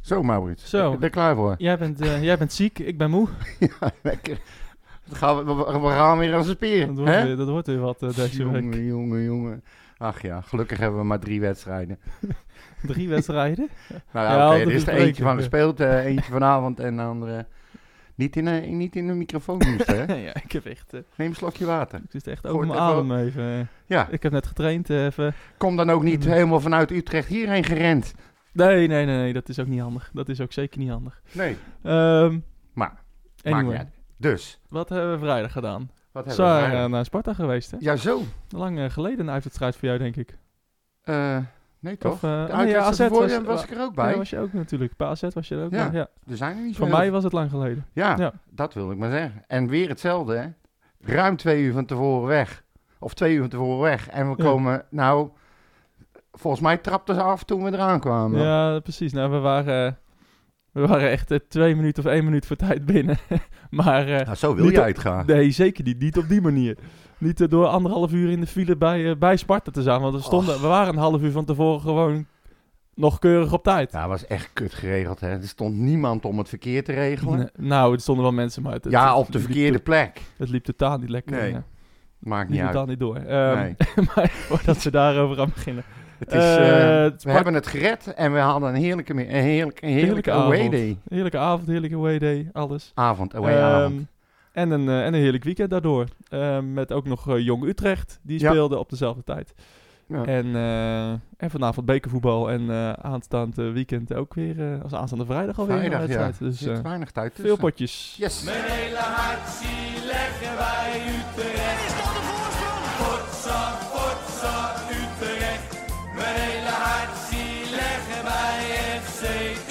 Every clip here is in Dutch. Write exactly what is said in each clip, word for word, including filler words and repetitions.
Zo, Maurits. Zo. Ik ben er klaar voor. Jij bent, uh, jij bent ziek, ik ben moe. Ja, lekker. Gaan we, we, we gaan weer als een speer. Dat wordt, hè? weer, dat wordt weer wat uh, deze jongen, week. Jongen, jongen. Ach ja, gelukkig hebben we maar drie wedstrijden. Drie wedstrijden? Nou ja, Ja, oké, dat er is is er breken, eentje van ja. gespeeld, uh, eentje vanavond en de andere... Niet in een, niet in een microfoon moesten, hè? Ja, ik heb echt... Uh, Neem een slokje water. ik zit echt Gooi over mijn het adem even. Ja. Ik heb net getraind uh, even. Kom dan ook niet helemaal vanuit Utrecht hierheen gerend. Nee, nee, nee, nee, dat is ook niet handig. Dat is ook zeker niet handig. Nee. Um, Maar, anyway. maakt niet uit. Dus. Wat hebben we vrijdag gedaan? Wat hebben Zo, we vrijdag? uh, naar Sparta geweest, hè? Ja, zo. Lang uh, geleden een uitwedstrijd voor jou, denk ik. Uh, nee, toch? Of, uh, de nee, ja, A Z voor was, was, was ik er ook bij. Ja, was je ook natuurlijk. Bij A Z was je er ook Ja. bij. Ja. Er zijn er niet zo Voor heel mij was het lang geleden. Ja, Ja. dat wil ik maar zeggen. En weer hetzelfde, hè. Ruim twee uur van tevoren weg. Of twee uur van tevoren weg. En we Ja. komen, nou... Volgens mij trapten ze af toen we eraan kwamen. Ja, precies. Nou, we waren, we waren echt uh, twee minuten of één minuut voor tijd binnen. maar... Uh, Nou, zo wil niet je op- uitgaan. Nee, zeker niet. Niet op die manier. Niet uh, door anderhalf uur in de file bij, uh, bij Sparta te zijn. Want we, stonden, Och. we waren een half uur van tevoren gewoon nog keurig op tijd. Ja, dat was echt kut geregeld, hè. Er stond niemand om het verkeer te regelen. Nee, nou, er stonden wel mensen, maar het, het, ja, het op de liep- verkeerde plek. Het liep totaal niet lekker. Nee, Ja. Maakt Liep niet totaal uit. niet door. Um, Nee. maar voordat we daarover gaan beginnen. Het is, Eh, eh, het we sprak- hebben het gered en we hadden een heerlijke, een heerlijke, een heerlijke, away avond. day. Heerlijke avond, heerlijke away day, alles. Avond, away Ehm, avond. En een, uh, en een heerlijk weekend daardoor. Ehm, met ook nog uh, Jong Utrecht, die Ja. speelde op dezelfde tijd. Ja. En, uh, en vanavond bekervoetbal en uh, aanstaand uh, weekend ook weer, uh, als aanstaande vrijdag alweer Vrijdag, een ja. wedstrijd. Er Dus zit uh, weinig tijd tussen. veel potjes. Yes. Mijn hele hart zie leggen wij Utrecht. Is dat de voorsprong? Potsa, potsa, Utrecht. Mijn hele hart zie leggen wij F C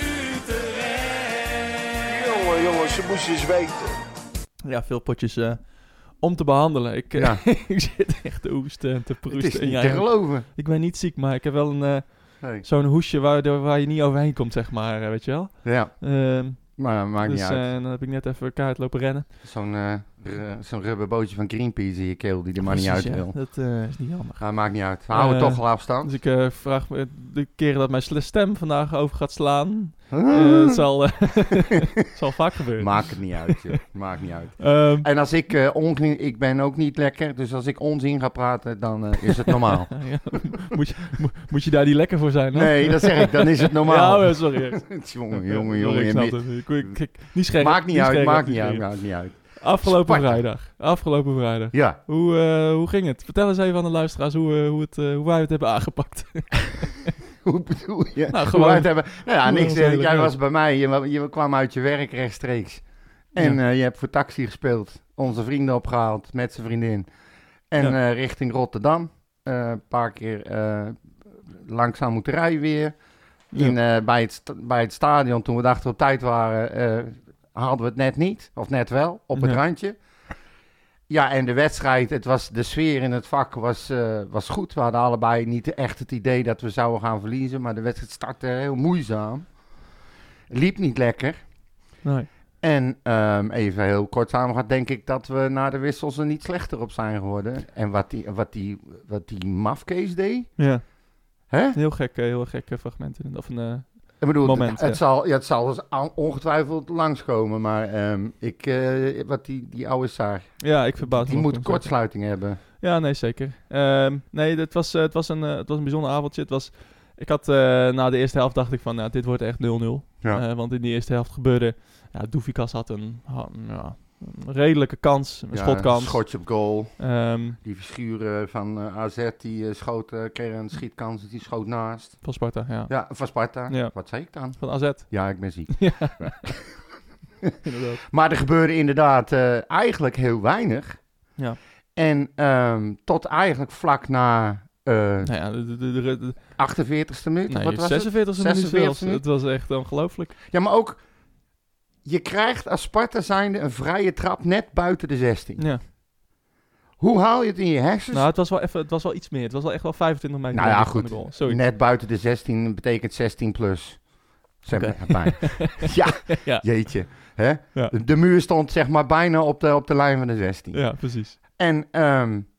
Utrecht. Jongen, jongens, ze moesten eens weten. Ja, veel potjes uh, om te behandelen. Ik, uh, Ja. ik zit echt te hoesten en te Het is proesten. En niet jij te ook. geloven. Ik ben niet ziek, maar ik heb wel een, uh, Nee. zo'n hoesje waar, waar je niet overheen komt, zeg maar. Uh, weet je wel? Ja, Um, maar maakt dus niet uit. uh, dan heb ik net even kaart lopen rennen. Zo'n uh, r- zo'n rubberbootje van Greenpeace in je keel die er maar niet uit Precies, ja. wil. Dat uh, is niet handig. Nou, maakt niet uit. We houden Eh, toch al afstand. Dus ik uh, vraag me de keren dat mijn sle- stem vandaag over gaat slaan. Uh, het zal, uh, zal vaak gebeuren. Maakt het niet uit, joh. Maakt niet uit. Um, En als ik uh, onzin... Ik ben ook niet lekker, dus als ik onzin ga praten, dan uh, is het normaal. ja, moet, je, moet, moet je daar niet lekker voor zijn, hè? Nee, dat zeg ik. Dan is het normaal. Ja, oh, sorry. jongen, Ja, jongen, sorry, jongen. ik je snap mi- het. Ik, ik, ik, niet scherp. Maakt niet uit, scherp, maakt niet uit, scherp. maakt niet uit. Afgelopen Sparta. vrijdag. Afgelopen vrijdag. Ja, Hoe, uh, hoe ging het? Vertel eens even aan de luisteraars hoe, uh, hoe, het, uh, hoe wij het hebben aangepakt. hoe bedoel je? Nou, Hoe gewoon- wij het hebben... Nou ja, gewoon niks. zo eh, hele Jij leuk. was bij mij, je, wa- je kwam uit je werk rechtstreeks. En Ja. eh, je hebt voor taxi gespeeld. Onze vrienden opgehaald met zijn vriendin. En Ja. eh, richting Rotterdam. Eh, Een paar keer eh, langzaam moeten rijden weer. In, eh, bij, het sta- bij het stadion, toen we dachten we op tijd waren, eh, hadden we het net niet. Of net wel, op het Ja. randje. Ja, en de wedstrijd, het was, de sfeer in het vak was, eh, was goed. We hadden allebei niet echt het idee dat we zouden gaan verliezen. Maar de wedstrijd startte heel moeizaam. Liep niet lekker. Nee. En ehm, even heel kort samengevat, denk ik dat we na de wissels er niet slechter op zijn geworden. En wat die, wat die, wat die mafkees deed, Ja. hè? Heel gek, uh, heel gek uh, fragment. in- Of een, uh, Ik bedoel, Moment, het, het, ja. zal, ja, het zal dus on- ongetwijfeld langskomen, maar ehm, ik, eh, wat die, die oude Saar, ja, ik verbaas me die ook moet om kortsluiting hebben. Ja, nee, zeker. Um, nee, het was, uh, het, was een, uh, het was een bijzonder avondje. Het was, ik had uh, na de eerste helft dacht ik van, nou, dit wordt echt nul nul. Ja. Uh, want in die eerste helft gebeurde, ja, Doufikas had een, ha, ja, een redelijke kans, een Ja, schotkans. schotje op goal. Um, Die verschuren van uh, A Z, die uh, schoot, uh, kreeg een schietkans, die schoot naast. van Sparta, ja. Ja, van Sparta. Ja. Wat zei ik dan? Van A Z. Ja, ik ben ziek. Ja, inderdaad. Maar er gebeurde inderdaad uh, eigenlijk heel weinig. Ja. En um, tot eigenlijk vlak na uh, Nou ja, de, de, de, de, de achtenveertigste minuut. nee, wat was het? zesenveertigste minuut zesenveertigste zelfs. Het was echt ongelooflijk. Ja, maar ook, je krijgt als Sparta zijnde een vrije trap net buiten de zestien. Ja. Hoe haal je het in je hersens? Nou, het was wel even, het was wel iets meer. Het was wel echt wel vijfentwintig meter. Nou ja, van de goed. goal. Zoiets. Net buiten de zestien betekent zestien plus. Zeg Oké. maar, bijna. ja, Ja. jeetje. Hè? Ja. De, de muur stond zeg maar bijna op de, op de lijn van de zestien. Ja, precies. En um,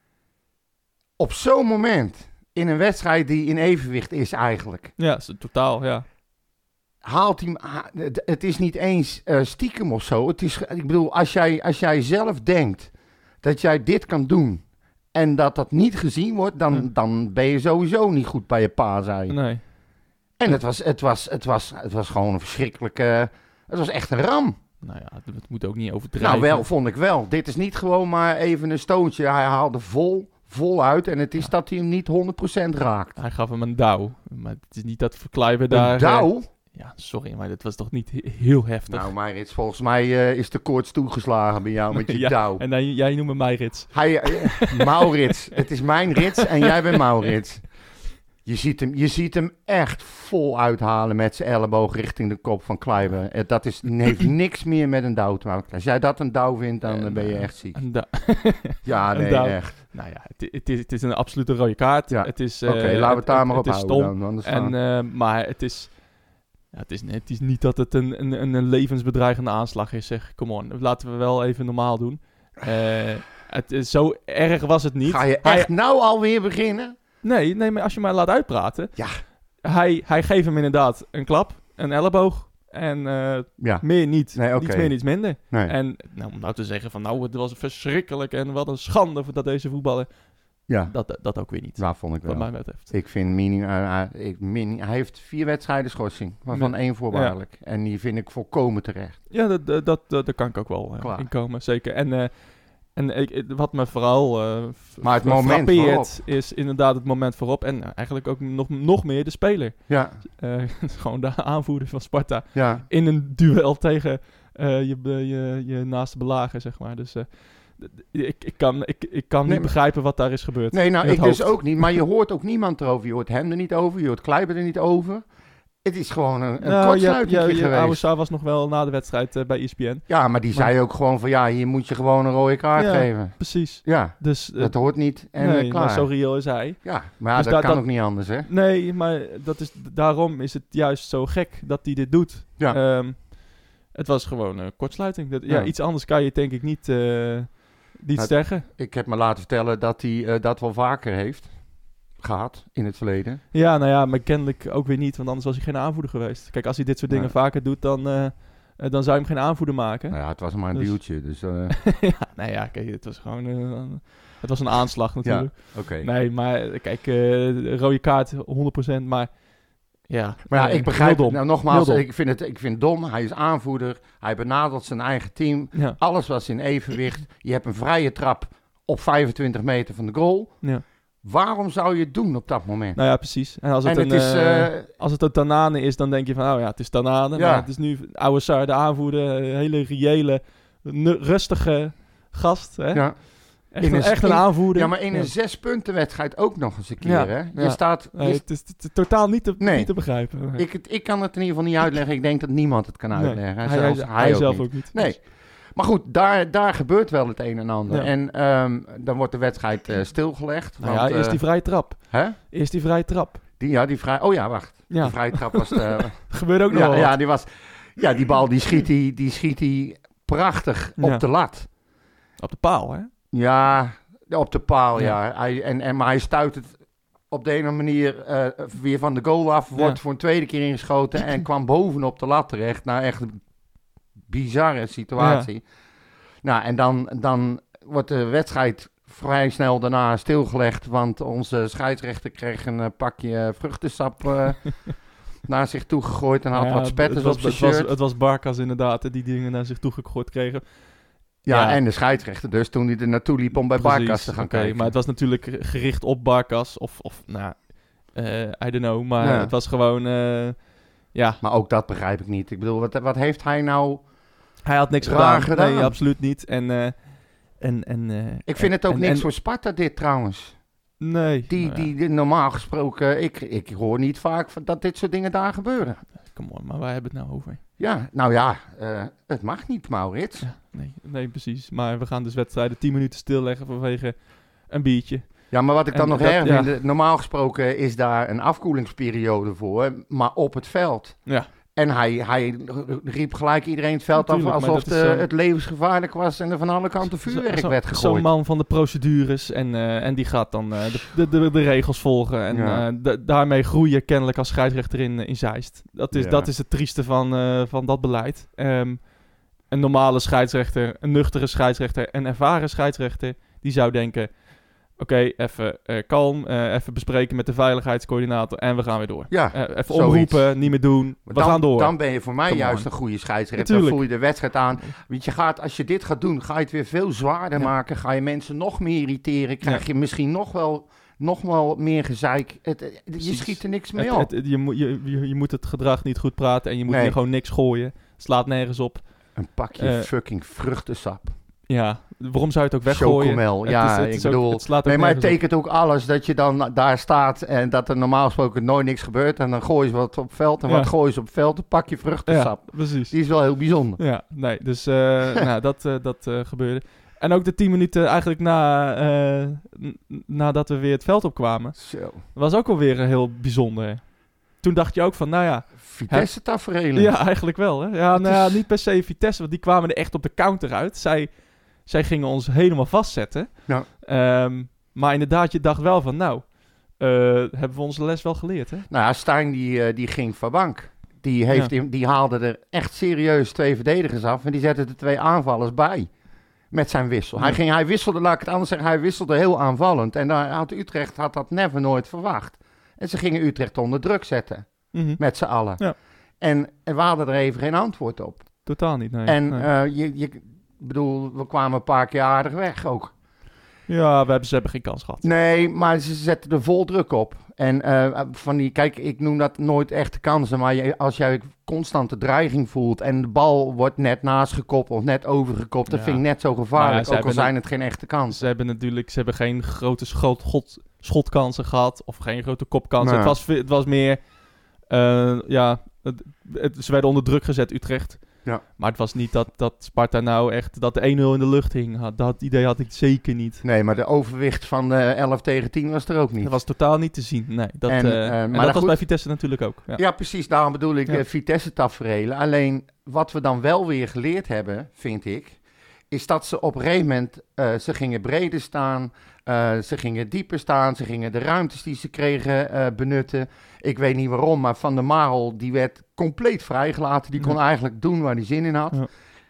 op zo'n moment, in een wedstrijd die in evenwicht is eigenlijk, Ja, s- totaal, ja. haalt hij... ha- het, het is niet eens eh, stiekem of zo. Het is, ik bedoel, als jij, als jij zelf denkt dat jij dit kan doen en dat dat niet gezien wordt, dan, Ja. dan ben je sowieso niet goed bij je pa, zei je. Nee. En het was, het, was, het, was, het was gewoon een verschrikkelijke... Het was echt een ram. Nou ja, het, het moet ook niet overdrijven. Nou, wel, vond ik wel. Dit is niet gewoon maar even een stootje. Hij haalde vol, vol uit en het is Ja. dat hij hem niet honderd procent raakt. Hij gaf hem een douw. Maar het is niet dat Kluivert daar... Een douw? eh, ja, sorry, maar dat was toch niet he- heel heftig. Nou, Maurits, volgens mij eh, is de koorts toegeslagen bij jou met je Ja, douw. En dan, jij noemt me mij Rits. Hij, eh, Maurits, het is mijn rits en jij bent Maurits. Je ziet hem, je ziet hem echt vol uithalen met zijn elleboog richting de kop van Kluivert. Eh, Dat is, heeft niks meer met een douw te maken. Als jij dat een douw vindt, dan eh, ben je echt ziek. Een da- Ja, een nee, douw. echt. Nou ja, het, het, is, het is een absolute rode kaart. Ja. Het is, Oké, eh, laten we het daar maar op het is houden stom. dan. Anders En, gaan- eh, maar het is, ja, het, is, het is niet dat het een, een, een, een levensbedreigende aanslag is, zeg. Come on, laten we wel even normaal doen. Eh, het is, zo erg was het niet. Ga je Hij- echt nou alweer beginnen? Nee, nee, maar als je mij laat uitpraten. Ja. Hij, hij geeft hem inderdaad een klap, een elleboog. En eh, Ja, meer niet. Nee, oké. Niets meer, niets minder. nee. En nou, om nou te zeggen van nou, het was verschrikkelijk en wat een schande voor dat deze voetballer. ja, Dat, dat, dat ook weer niet, dat vond ik wat wel. mij betreft. Ik vind Meaning, eh, eh, ik, Meaning- hij heeft vier wedstrijden schorsing, waarvan Ja. één voorwaardelijk. En die vind ik volkomen terecht. Ja, dat, dat, dat, dat- daar kan ik ook wel uh, Klaar. in komen, zeker. En, eh, en ik, ik- wat me vooral uh, Maar het moment frappeert is inderdaad het moment voorop. En uh, eigenlijk ook nog, nog meer de speler. Ja, Uh, gewoon de aanvoerder van Sparta. ja. In een duel tegen uh, je, be- je, je naaste belager, zeg maar. Dus uh, d- d- ik, ik kan, ik, ik kan Nee, niet maar- begrijpen wat daar is gebeurd. Nee, nou, in het ik dus hoofd. ook niet. Maar je hoort ook niemand erover. Je hoort hem er niet over, je hoort Kluivert er niet over. Het is gewoon een, een Nou, je, kortsluiting je, je geweest. oude Sa was nog wel na de wedstrijd uh, bij E S P N. Ja, maar die Maar- zei ook gewoon van, ja, hier moet je gewoon een rode kaart Ja. geven. Precies. Ja, Dus uh, dat hoort niet en nee, eh, klaar. maar zo reëel is hij. Ja, maar ja, Dus dat da- kan dat- ook niet anders, hè? Nee, maar dat is, daarom is het juist zo gek dat hij dit doet. Ja. Ehm, het was gewoon een kortsluiting. Dat, ja. Ja. Iets anders kan je denk ik niet, uh, niet Nou, zeggen. Ik heb me laten vertellen dat hij eh, dat wel vaker heeft gehad in het verleden. Ja, nou ja, maar kennelijk ook weer niet, want anders was hij geen aanvoerder geweest. Kijk, als hij dit soort dingen Nee. vaker doet, dan, uh, uh, dan zou je hem geen aanvoerder maken. Nou ja, het was maar een Dus- duwtje, dus eh, ja, nou ja, kijk, het was gewoon uh, het was een aanslag natuurlijk. oké. Nee, maar uh, kijk, uh, rode kaart honderd procent, maar ja. Maar ja, uh, ik begrijp heel het. dom. Nou, nogmaals, Heel dom. ik vind, het, ik vind het dom. Hij is aanvoerder. Hij benadert zijn eigen team. Ja, Alles was in evenwicht. Je hebt een vrije trap op vijfentwintig meter van de goal. ja. Waarom zou je het doen op dat moment? Nou ja, precies. En als het, en het een, is... uh, eh, als het een Tanane is, dan denk je van, oh ja, het is Tanane. Ja. Maar het is nu oude Sar, de aanvoerder, een hele reële, nu- rustige gast. Hè? ja. Echt, in een, een- echt een in- aanvoerder. ja, maar in Ja. een zespuntenwedstrijd ook nog eens een keer, Ja, hè? Je ja. staat... je Nee, het, is, het is totaal niet te, Nee. niet te begrijpen. Nee. Ik, het- ik kan het in ieder geval niet uitleggen. Ik denk dat niemand het kan Nee. uitleggen. Hij, Zelfs hij, hij, hij ook zelf niet. ook niet. Nee. Dus- Maar goed, daar, daar gebeurt wel het een en ander. Ja. En ehm, dan wordt de wedstrijd eh, stilgelegd. Nou want, ja, eerst eh, die vrije trap. hè? Eerst die vrije trap. Die, ja, die vrij... Oh ja, wacht. Ja, Die vrije trap was... De, gebeurde ook nog ja, wel ja, wat. die was... Ja, die bal die schiet hij die schiet hij prachtig Ja. op de lat. Op de paal, hè? Ja, op de paal, ja. Ja. Hij, en, en, maar hij stuit het op de ene manier eh, weer van de goal af. Wordt Ja. voor een tweede keer ingeschoten en kwam bovenop de lat terecht. Nou, echt een bizarre situatie. Nou, en dan, dan wordt de wedstrijd vrij snel daarna stilgelegd. Want onze scheidsrechter kreeg een eh, pakje vruchtensap eh, naar zich toe gegooid. En had Ja, wat spetters het was, op zijn het was, shirt. het was Barkas inderdaad, hè, die dingen naar zich toe gegooid kregen. Ja, Ja. en de scheidsrechter dus toen hij er naartoe liep om bij Precies, Barkas te gaan oké, kijken. Maar het was natuurlijk gericht op Barkas. Of, of nou, eh, I don't know. Maar Ja. het was gewoon, eh, ja, Maar ook dat begrijp ik niet. Ik bedoel, wat, wat heeft hij nou... hij had niks Raar gedaan. Nee, gedaan. absoluut niet. En, eh, en, en, eh, Ik vind het ook en- niks en- voor Sparta dit trouwens. Nee. Die, nou ja, die, die- normaal gesproken, ik, ik hoor niet vaak van dat dit soort dingen daar gebeuren. come on, maar waar hebben we het nou over? Ja, nou ja, eh, het mag niet, Maurits. Ja, nee, nee, precies. Maar we gaan dus wedstrijden tien minuten stilleggen vanwege een biertje. Ja, maar wat ik dan En nog dat- erg ja. vind, normaal gesproken is daar een afkoelingsperiode voor, maar op het veld. Ja. En hij, hij riep gelijk iedereen het veld Natuurlijk, af maar alsof dat is de, zo- het levensgevaarlijk was en er van alle kanten vuurwerk Zo- werd Zo'n gegooid. man van de procedures en, eh, en die gaat dan eh, de, de, de, de regels volgen. En Ja. eh, da- daarmee groei je kennelijk als scheidsrechter in, in Zeist. Dat is, Ja. dat is het trieste van, eh, van dat beleid. Ehm, een normale scheidsrechter, een nuchtere scheidsrechter, een ervaren scheidsrechter, die zou denken... Oké, even eh, kalm, eh, even bespreken met de veiligheidscoördinator en we gaan weer door. Ja, Eh, even zoiets. omroepen, niet meer doen, we dan, gaan door. Dan ben je voor mij Come juist on. een goede scheidsrechter. Natuurlijk. Dan voel je de wedstrijd aan. Want je gaat, als je dit gaat doen, ga je het weer veel zwaarder Ja. maken. Ga je mensen nog meer irriteren. Krijg je misschien nog wel, nog wel meer gezeik. Het, het- je Precies. schiet er niks mee Het- op. het- je, moet- je, je, je moet het gedrag niet goed praten en je moet Nee. hier gewoon niks gooien. Slaat nergens op. Een pakje eh, fucking vruchtensap. Ja, waarom zou je het ook weggooien? Chocomel, Het ja, is- het ik is ook- bedoel... het slaat ook Nee, maar het nergens op. tekent ook alles dat je dan daar staat en dat er normaal gesproken nooit niks gebeurt. En dan gooi je wat op het veld en Ja. wat gooi je op het veld, een pakje Ja, vruchtensap. precies. Die is wel heel bijzonder. Ja, nee, dus eh, nou, dat, eh, dat eh, gebeurde. En ook de tien minuten eigenlijk na, eh, n- nadat we weer het veld opkwamen, Zo. was ook alweer een heel bijzonder. Toen dacht je ook van, nou ja, Vitesse tafereelen. ja, eigenlijk wel. Hè? Ja, Het nou ja, is- niet per se Vitesse, want die kwamen er echt op de counter uit. Zij, zij gingen ons helemaal vastzetten. Ja. Ehm, maar inderdaad, je dacht wel van, nou, eh, hebben we onze les wel geleerd, hè? Nou ja, Stijn die, eh, die ging van bank. Die, heeft Ja. in- die haalde er echt serieus twee verdedigers af en die zette er twee aanvallers bij. Met zijn wissel. Hij, Ja. ging, hij wisselde, laat ik het anders zeggen, hij wisselde heel aanvallend. En daar had Utrecht had dat never nooit verwacht. En ze gingen Utrecht onder druk zetten. Mhm. Met z'n allen. Ja. En, en we hadden er even geen antwoord op. Totaal niet, nee. en nee. eh, je, je, ik bedoel, we kwamen een paar keer aardig weg ook. Ja, we hebben, ze hebben geen kans gehad. Nee, maar ze zetten er vol druk op. En eh, van die, kijk, ik noem dat nooit echte kansen. Maar je, als jij constante dreiging voelt en de bal wordt net naast gekoppeld, net overgekopt, dat Ja. vind ik net zo Maar ja, gevaarlijk. ze ook al hebben zijn het geen echte kansen. Ze hebben natuurlijk ze hebben geen grote schot, god, schotkansen gehad of geen grote kopkansen. Nee. Het, was, ve- het was meer, eh, ja, het, het- ze werden onder druk gezet, Utrecht. Ja. Maar het was niet dat, dat Sparta nou echt, dat de één nul in de lucht hing. Had- Dat idee had ik zeker niet. Nee, maar de overwicht van de elf tegen tien was er ook niet. Dat was totaal niet te zien, nee. Dat, En, eh, eh, en maar dat dan was goed- bij Vitesse natuurlijk ook. Ja. Ja, precies. Daarom bedoel ik Ja. eh, Vitesse-taferelen. Alleen wat we dan wel weer geleerd hebben, vind ik, is dat ze op een gegeven moment, eh, ze gingen breder staan, eh, ze gingen dieper staan, ze gingen de ruimtes die ze kregen eh, benutten. Ik weet niet waarom, maar Van der Marel, die werd compleet vrijgelaten. Die kon Ja. eigenlijk doen waar hij zin in had. Ja.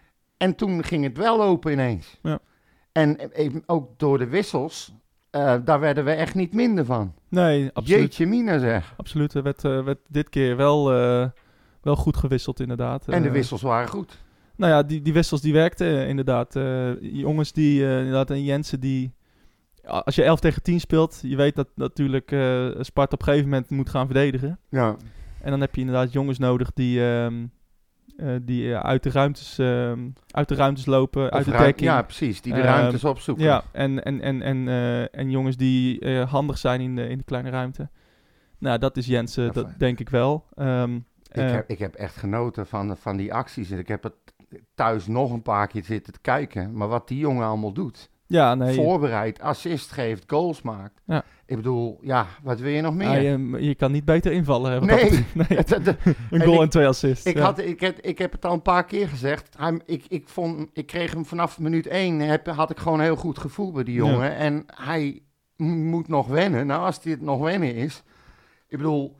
En toen ging het wel open ineens. Ja. En eh, even ook door de wissels, eh, daar werden we echt niet minder van. Nee, absoluut. Jeetje mina zeg. Absoluut. Er werd, eh, werd dit keer wel, eh, wel goed gewisseld inderdaad. En de Eh, wissels waren goed. Nou ja, die, die wissels die werkten eh, inderdaad. Eh, jongens die, eh, inderdaad, en Jensen die... Als je elf tegen tien speelt, je weet dat natuurlijk eh Sparta op een gegeven moment moet gaan verdedigen. Ja. En dan heb je inderdaad jongens nodig die, ehm, eh, die eh, uit, de ruimtes, ehm, uit de ruimtes lopen, uit Of de ruim- dekking. Ja, precies. Die de Ehm, ruimtes opzoeken. Ja, en, en, en, en, eh, en jongens die eh, handig zijn in de, in de kleine ruimte. Nou, dat is Jensen, Ja, dat fijn. denk ik wel. Ehm, Ik, eh, heb, ik heb echt genoten van, van die acties. Ik heb het thuis nog een paar keer zitten te kijken. Maar wat die jongen allemaal doet. ja, nee. Voorbereid, assist geeft, goals maakt. Ja. Ik bedoel, ja, wat wil je nog meer? ah, je, je kan niet beter invallen. hè, wat Nee. dat betreft. nee. Het- het- Een En goal ik- en twee assists. ik, ja. had, ik, heb, ik heb het al een paar keer gezegd. Hij, ik, ik, vond, ik kreeg hem vanaf minuut één. Heb, had ik gewoon een heel goed gevoel bij die Ja. jongen. En hij m- moet nog wennen. Nou, als dit nog wennen is. Ik bedoel,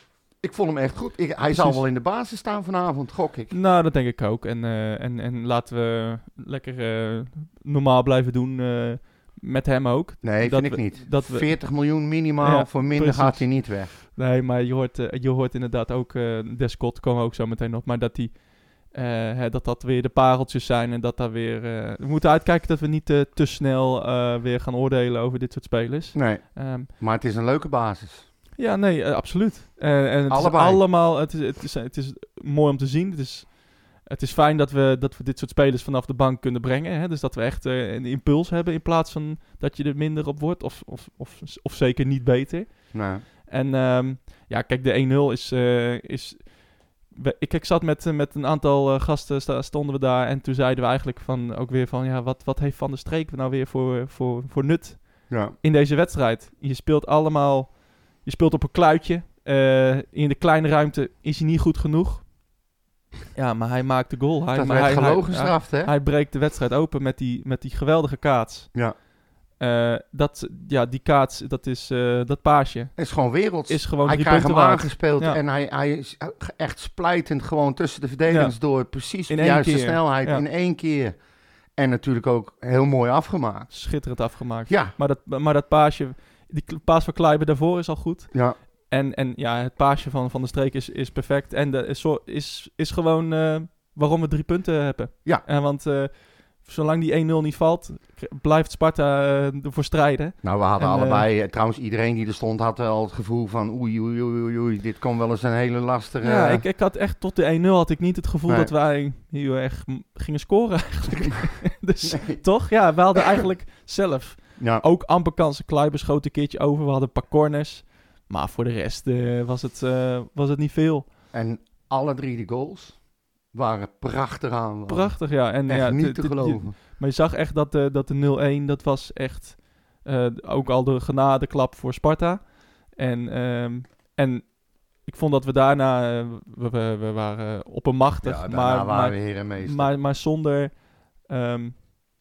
ik vond hem echt goed. Ik, hij zal Precies. wel in de basis staan vanavond, gok ik. Nou, dat denk ik ook. En, eh, en, en laten we lekker eh, normaal blijven doen eh, met hem ook. Nee, Dat vind ik we- niet. dat we- veertig miljoen minimaal, Ja, voor minder precies. gaat hij niet weg. Nee, maar je hoort, eh, je hoort inderdaad ook, uh, Descott komen we ook zo meteen op, maar dat die, eh, hè, dat dat weer de pareltjes zijn en dat daar weer... eh, we moeten uitkijken dat we niet eh, te snel eh, weer gaan oordelen over dit soort spelers. Nee, Ehm, maar het is een leuke basis. ja, nee, eh, absoluut. Eh, en het Allebei. is allemaal, het is, het, is, het is mooi om te zien. Het is, het is fijn dat we, dat we dit soort spelers vanaf de bank kunnen brengen. Hè? Dus dat we echt eh, een impuls hebben in plaats van dat je er minder op wordt of, of, of, of zeker niet beter. Nou, En ehm, ja, kijk, de één nul is... eh, is we- ik, ik zat met, eh, met een aantal eh, gasten, sta- stonden we daar en toen zeiden we eigenlijk van, ook weer van... Ja, wat, wat heeft Van der Streek nou weer voor, voor, voor nut ja. in deze wedstrijd? Je speelt allemaal... Je speelt op een kluitje. Eh, in de kleine ruimte is hij niet goed genoeg. Ja, maar hij maakt de goal. Hij, dat maar werd hij, gelogen hij, gestraft, hè? hij, hij breekt de wedstrijd open met die, met die geweldige kaats. Ja. Uh, dat, ja, die kaats, dat is uh, dat paasje. Is gewoon werelds. Is gewoon hij drie krijgt hem punten waard. aangespeeld Ja. en hij, hij is echt splijtend gewoon tussen de verdedigers Ja. door. Precies In de één juiste keer. snelheid Ja. in één keer. En natuurlijk ook heel mooi afgemaakt. Schitterend afgemaakt. Ja. Maar dat, maar dat paasje, die k- paas van Kleiber daarvoor is al goed. Ja. En, en ja, het paasje van Van der Streek is, is perfect. En de, is, zo- is, is gewoon uh, waarom we drie punten hebben. Ja. En want uh, zolang die één nul niet valt, k- blijft Sparta uh, ervoor strijden. Nou, we hadden En, allebei, uh, trouwens iedereen die er stond, had wel het gevoel van oei, oei, oei, oei, oei, dit kan wel eens een hele lastige... Ja, ik, ik had echt tot de één nul had ik niet het gevoel Nee. dat wij hier echt m- gingen scoren eigenlijk. dus Nee. toch? Ja, we hadden eigenlijk zelf Ja. ook amper kansen. Kleiber schoot een keertje over. We hadden een paar corners. Maar voor de rest uh, was, het, uh, was het niet veel. En alle drie de goals waren prachtig aan. Prachtig, ja. En, Echt ja, niet t- te t- geloven. Maar je zag echt dat, uh, dat de nul-één, dat was echt uh, ook al de genadeklap voor Sparta. En, um, en ik vond dat we daarna, uh, we, we, we waren oppermachtig. Ja, daarna maar, waren maar, we heer en meester. maar, maar zonder... Um,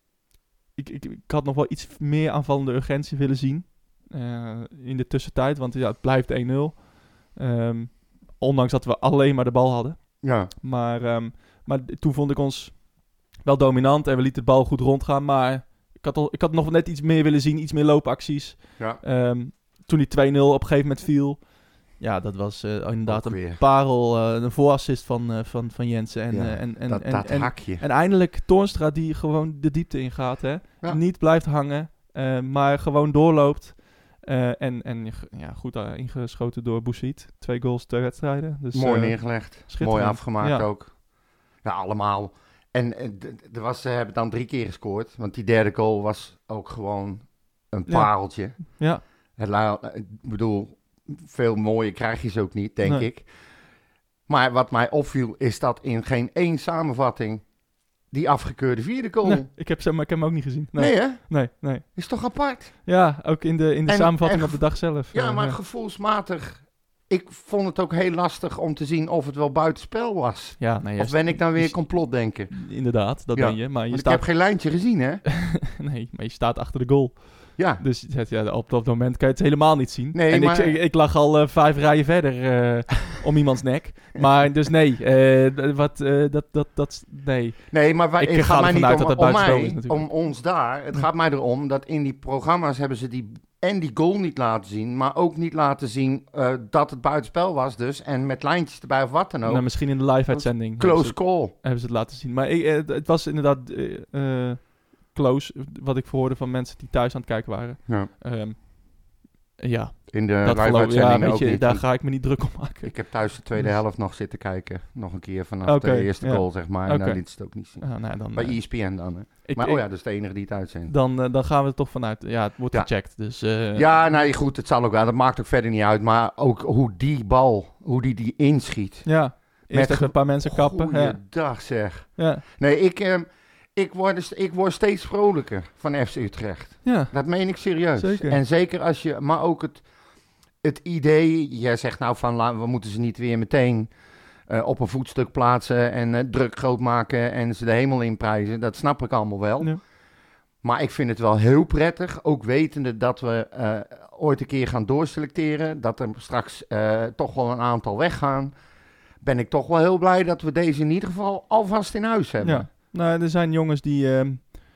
ik, ik, ik had nog wel iets meer aanvallende urgentie willen zien. Uh, in de tussentijd, want ja, het blijft één nul. Um, ondanks dat we alleen maar de bal hadden. Ja. Maar, um, maar toen vond ik ons wel dominant en we lieten de bal goed rondgaan. Maar ik had, al, ik had nog net iets meer willen zien, iets meer loopacties. Ja. Um, toen die twee nul op een gegeven moment viel. Ja, dat was uh, inderdaad Ook een weer. parel, uh, een voorassist van, uh, van, van Jensen. En, Ja, uh, en, en, dat en, dat en, hakje. en eindelijk Toornstra die gewoon de diepte ingaat. Hè? Ja. Niet blijft hangen, uh, maar gewoon doorloopt. Uh, en, en ja, goed uh, ingeschoten door Boussaïd. Twee goals, twee wedstrijden. Dus, Mooi uh, neergelegd. schitterend. Mooi afgemaakt Ja. ook. Ja, allemaal. En eh, d- d- er was, ze hebben dan drie keer gescoord. Want die derde goal was ook gewoon een Ja. pareltje. Ja, Het la- ik bedoel, veel mooier krijg je ze ook niet, denk Nee. ik. Maar wat mij opviel is dat in geen één samenvatting die afgekeurde vierde goal. nee, ik, heb, ze- maar ik heb hem ook niet gezien. Nee, Nee, hè? nee, nee. Is toch apart? Ja, ook in de, in de En- samenvatting en op de dag zelf. Ja, uh, maar gevoelsmatig. Ik vond het ook heel lastig om te zien of het wel buitenspel was. Ja, nee, je Of ben ik dan weer je- complotdenken? inderdaad, dat Ja, ben je. Maar je Want ik staat, heb geen lijntje gezien, hè? nee, maar je staat achter de goal. Ja. Dus het- ja, op dat moment kan je het helemaal niet zien. Nee, en maar- ik, ik, ik lag al uh, vijf rijen verder uh, om iemands nek. Maar dus nee, uh, wat, uh, dat, dat, dat, nee. Nee, maar wij, Ik het ga gaat mij ervan niet uit om, dat dat om buitenspel mij, is natuurlijk. om ons daar. Het gaat mij erom dat in die programma's hebben ze die en die goal niet laten zien, maar ook niet laten zien uh, dat het buitenspel was dus. En met lijntjes erbij of wat dan ook. Nou, misschien in de live-uitzending hebben Close ze, call. hebben ze het laten zien. Maar ik, uh, het was inderdaad uh, uh, close, wat ik verhoorde van mensen die thuis aan het kijken waren. Ja. Um, ja, In de dat geloof ik. live-uitzending Ja, weet ook je, niet. daar ga ik me niet druk om maken. Ik heb thuis de tweede Dus- helft nog zitten kijken. Nog een keer vanaf Oké, de eerste ja. goal, zeg maar. En Oké. dan liet ze het ook niet zien. Ah, nou, dan, Bij uh, E S P N dan, hè. ik, Maar ik- oh ja, dat is de enige die het uitzendt. dan, uh, dan gaan we er toch vanuit. Ja, het wordt Ja. gecheckt. Dus, uh, Ja, nee, goed, het zal ook wel. Dat maakt ook verder niet uit. Maar ook hoe die bal, hoe die die inschiet. ja. Met Eerst even ge- een paar mensen kappen. Ja. Goeiedag, zeg. Ja. Nee, ik, ehm, ik, word, dus- ik word steeds vrolijker van F C Utrecht. ja. Dat meen ik serieus. Zeker. En zeker als je, maar ook het, het idee, jij zegt nou van, la- we moeten ze niet weer meteen uh, op een voetstuk plaatsen en uh, druk groot maken en ze de hemel inprijzen. Dat snap ik allemaal wel. Ja. Maar ik vind het wel heel prettig, ook wetende dat we uh, ooit een keer gaan doorselecteren, dat er straks uh, toch wel een aantal weggaan. Ben ik toch wel heel blij dat we deze in ieder geval alvast in huis hebben. Ja. Nou, er zijn jongens die, ehm,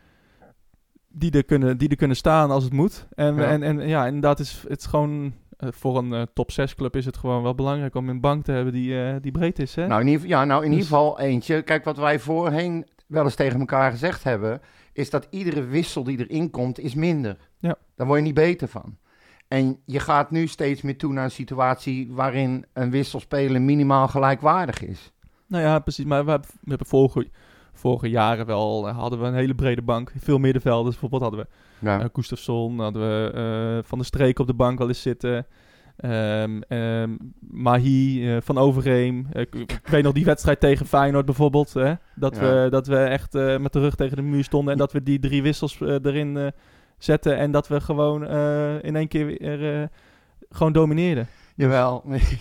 die, er kunnen, die er kunnen staan als het moet. En, Ja. en, en ja, inderdaad is het is gewoon... uh, voor een uh, top zes club is het gewoon wel belangrijk om een bank te hebben die, uh, die breed is. Hè? Nou, in ieder, ja, nou, in Dus- ieder geval eentje. Kijk, wat wij voorheen wel eens tegen elkaar gezegd hebben, is dat iedere wissel die erin komt, is minder. Ja. Daar word je niet beter van. En je gaat nu steeds meer toe naar een situatie waarin een wisselspeler minimaal gelijkwaardig is. Nou ja, precies. Maar we hebben, we hebben vorige, vorige jaren wel... uh, hadden we een hele brede bank. Veel middenvelders. Bijvoorbeeld hadden we Ja. uh, Gustafsson. Hadden we uh, Van der Streek op de bank wel eens zitten. Um, um, Mahi, uh, Van Overheem. Uh, ik, ik weet nog die wedstrijd tegen Feyenoord bijvoorbeeld. Hè? Dat, Ja. we, dat we echt uh, met de rug tegen de muur stonden. En dat we die drie wissels uh, erin uh, zetten. En dat we gewoon uh, in één keer weer uh, gewoon domineerden. Jawel.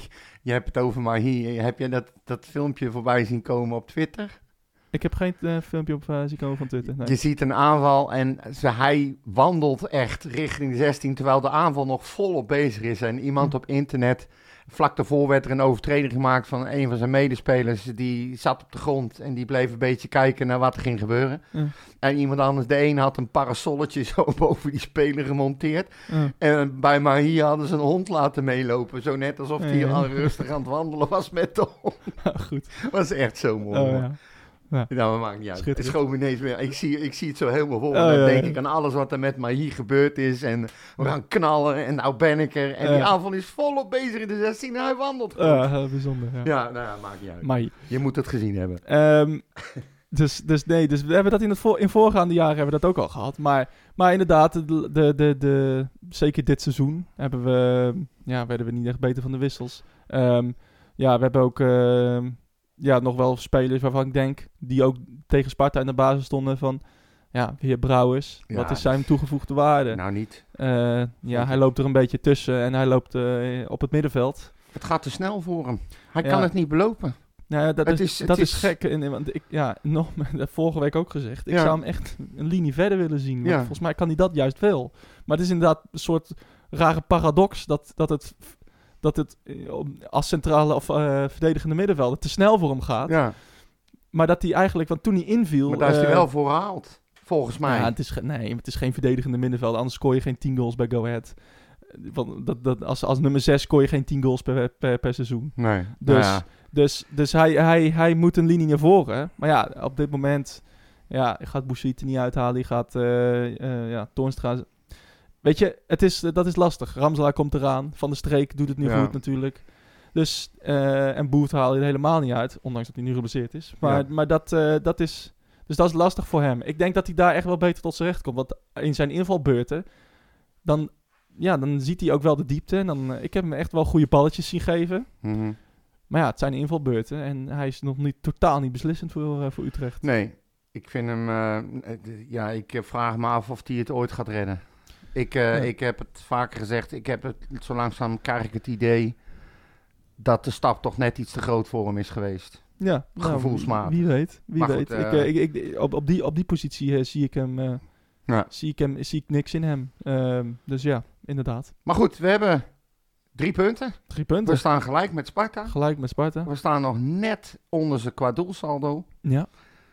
Je hebt het over Mahi. Heb je dat, dat filmpje voorbij zien komen op Twitter? Ik heb geen uh, filmpje op uh, zien komen van Twitter. Nee. Je ziet een aanval en ze, hij wandelt echt richting de zestien, terwijl de aanval nog volop bezig is. En iemand Hm. op internet, vlak daarvoor werd er een overtreding gemaakt van een van zijn medespelers. Die zat op de grond en die bleef een beetje kijken naar wat er ging gebeuren. Ja. En iemand anders, de een had een parasolletje zo boven die speler gemonteerd. Ja. En bij Mahi hadden ze een hond laten meelopen. Zo net alsof hij Ja. al rustig aan het wandelen was met de hond. Goed. Was echt zo mooi. Oh, man. ja. Nou, dat maakt niet uit. Het is Schitterend. gewoon ineens weer. Ik zie, ik zie het zo helemaal voor. me. Oh, dan ja, denk ja. ik aan alles wat er met Mahi gebeurd is. En we gaan knallen. En nou ben ik er. En die Ja. aanval is volop bezig in de zestien. En hij wandelt goed. Ja, heel bijzonder. Ja. Ja, nou ja, maakt niet uit. Maar, Je moet het gezien hebben. ehm, dus, dus nee, dus we hebben dat in, het voor, in voorgaande jaren hebben we dat ook al gehad. Maar, maar inderdaad, de, de, de, de, zeker dit seizoen hebben we, ja, werden we niet echt beter van de wissels. Ehm, ja, we hebben ook ehm, ja, nog wel spelers waarvan ik denk, die ook tegen Sparta in de basis stonden van, ja, weer Brouwers. Ja, Wat is zijn toegevoegde waarde? Nou niet. Eh, ja, hij loopt er een beetje tussen en hij loopt eh, op het middenveld. Het gaat te snel voor hem. Hij Ja. kan het niet belopen. Nou ja, dat Het is, is- het dat is, is- gek. En, want ik, ja, nog, dat vorige week ook gezegd. Ik Ja. zou hem echt een linie verder willen zien. Want Ja. volgens mij kan hij dat juist wel. Maar het is inderdaad een soort rare paradox dat, dat het, dat het eh, om- als centrale of eh, verdedigende middenvelder te snel voor hem gaat. Ja, Maar dat hij eigenlijk, want toen hij inviel... maar daar is hij eh, wel voor gehaald. Volgens mij. Ja, het is, ge- nee, het is geen verdedigende middenvelder. Anders scoor je geen tien goals bij Go Ahead. Want dat, dat, als, als nummer zes scoor je geen tien goals per, per, per seizoen. nee. Dus, Nou ja. dus, dus hij, hij, hij moet een linie naar voren. Maar ja, op dit moment ja, gaat Bouchit er niet uithalen. Die gaat uh, uh, ja, Toornstra... Weet je, het is, dat is lastig. Ramselaar komt eraan. Van der Streek doet het nu Ja. goed natuurlijk. Dus, uh, en Booth haal je er helemaal niet uit. Ondanks dat hij nu geblesseerd is. Maar, Ja. maar dat, uh, dat is... Dus dat is lastig voor hem. Ik denk dat hij daar echt wel beter tot zijn recht komt. Want in zijn invalbeurten... Dan, ja, dan ziet hij ook wel de diepte. En dan, uh, ik heb hem echt wel goede balletjes zien geven. Mhm. Maar ja, het zijn invalbeurten en hij is nog niet, totaal niet beslissend voor, uh, voor Utrecht. Nee, ik vind hem... eh, d- ja, ik eh, vraag me af of hij het ooit gaat redden. Ik, eh, Ja. ik heb het vaker gezegd. Ik heb het, zo langzaam krijg ik het idee dat de stap toch net iets te groot voor hem is geweest. Ja, Gevoelsmatig. Wie, wie weet, wie Maar weet. goed, ik, uh, uh, ik, ik, op, op, die, op die positie uh, zie ik hem, uh, Ja. zie ik hem, zie ik niks in hem. Um, dus ja, inderdaad. Maar goed, we hebben drie punten. Drie We punten. staan gelijk met Sparta. Gelijk met Sparta. We staan nog net onder zijn qua doelsaldo. Ja.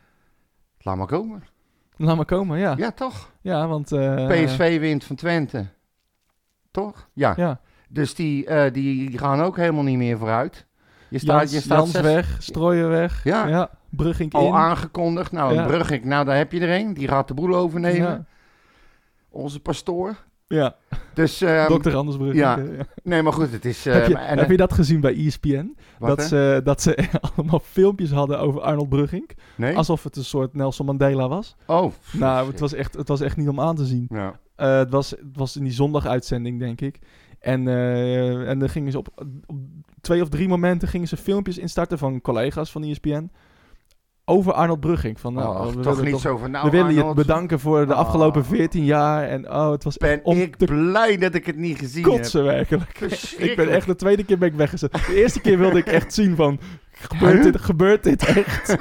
Laat maar komen. Laat maar komen, ja. Ja, Ja, toch? want... Uh, P S V wint van Twente. Toch? Ja. Ja. Dus die, uh, die gaan ook helemaal niet meer vooruit. Je staat, Jans, je staat Jans zes- weg, Strooijen weg. Ja. ja. Brugging al in. aangekondigd. Nou, Ja. Brugink, nou daar heb je er een. Die gaat de boel overnemen. Ja. Onze pastoor. Ja, Dus, um, dokter Anders Brugging. ja. uh, ja. nee, maar goed, het is... uh, heb, je, en, heb je dat gezien bij E S P N? wat, Dat hè? ze, dat ze allemaal filmpjes hadden over Arnold Brugging. Nee? Alsof het een soort Nelson Mandela was. Oh. Nou, het was, echt, het was echt niet om aan te zien. Ja. Uh, het, was, het was in die zondaguitzending, denk ik. En, uh, en dan gingen ze op, op twee of drie momenten gingen ze filmpjes instarten van collega's van E S P N over Arnold Brugging. Van, nou, oh, we toch willen niet toch- zo van... Nou, we willen je Arnold, bedanken voor de Oh. afgelopen veertien jaar. En oh, het was ben echt om ik te blij dat ik het niet gezien kotsen werkelijk. heb. Ik ben echt de tweede keer ben ik weggezet. De eerste keer wilde ik echt zien van, gebeurt dit, gebeurt dit echt?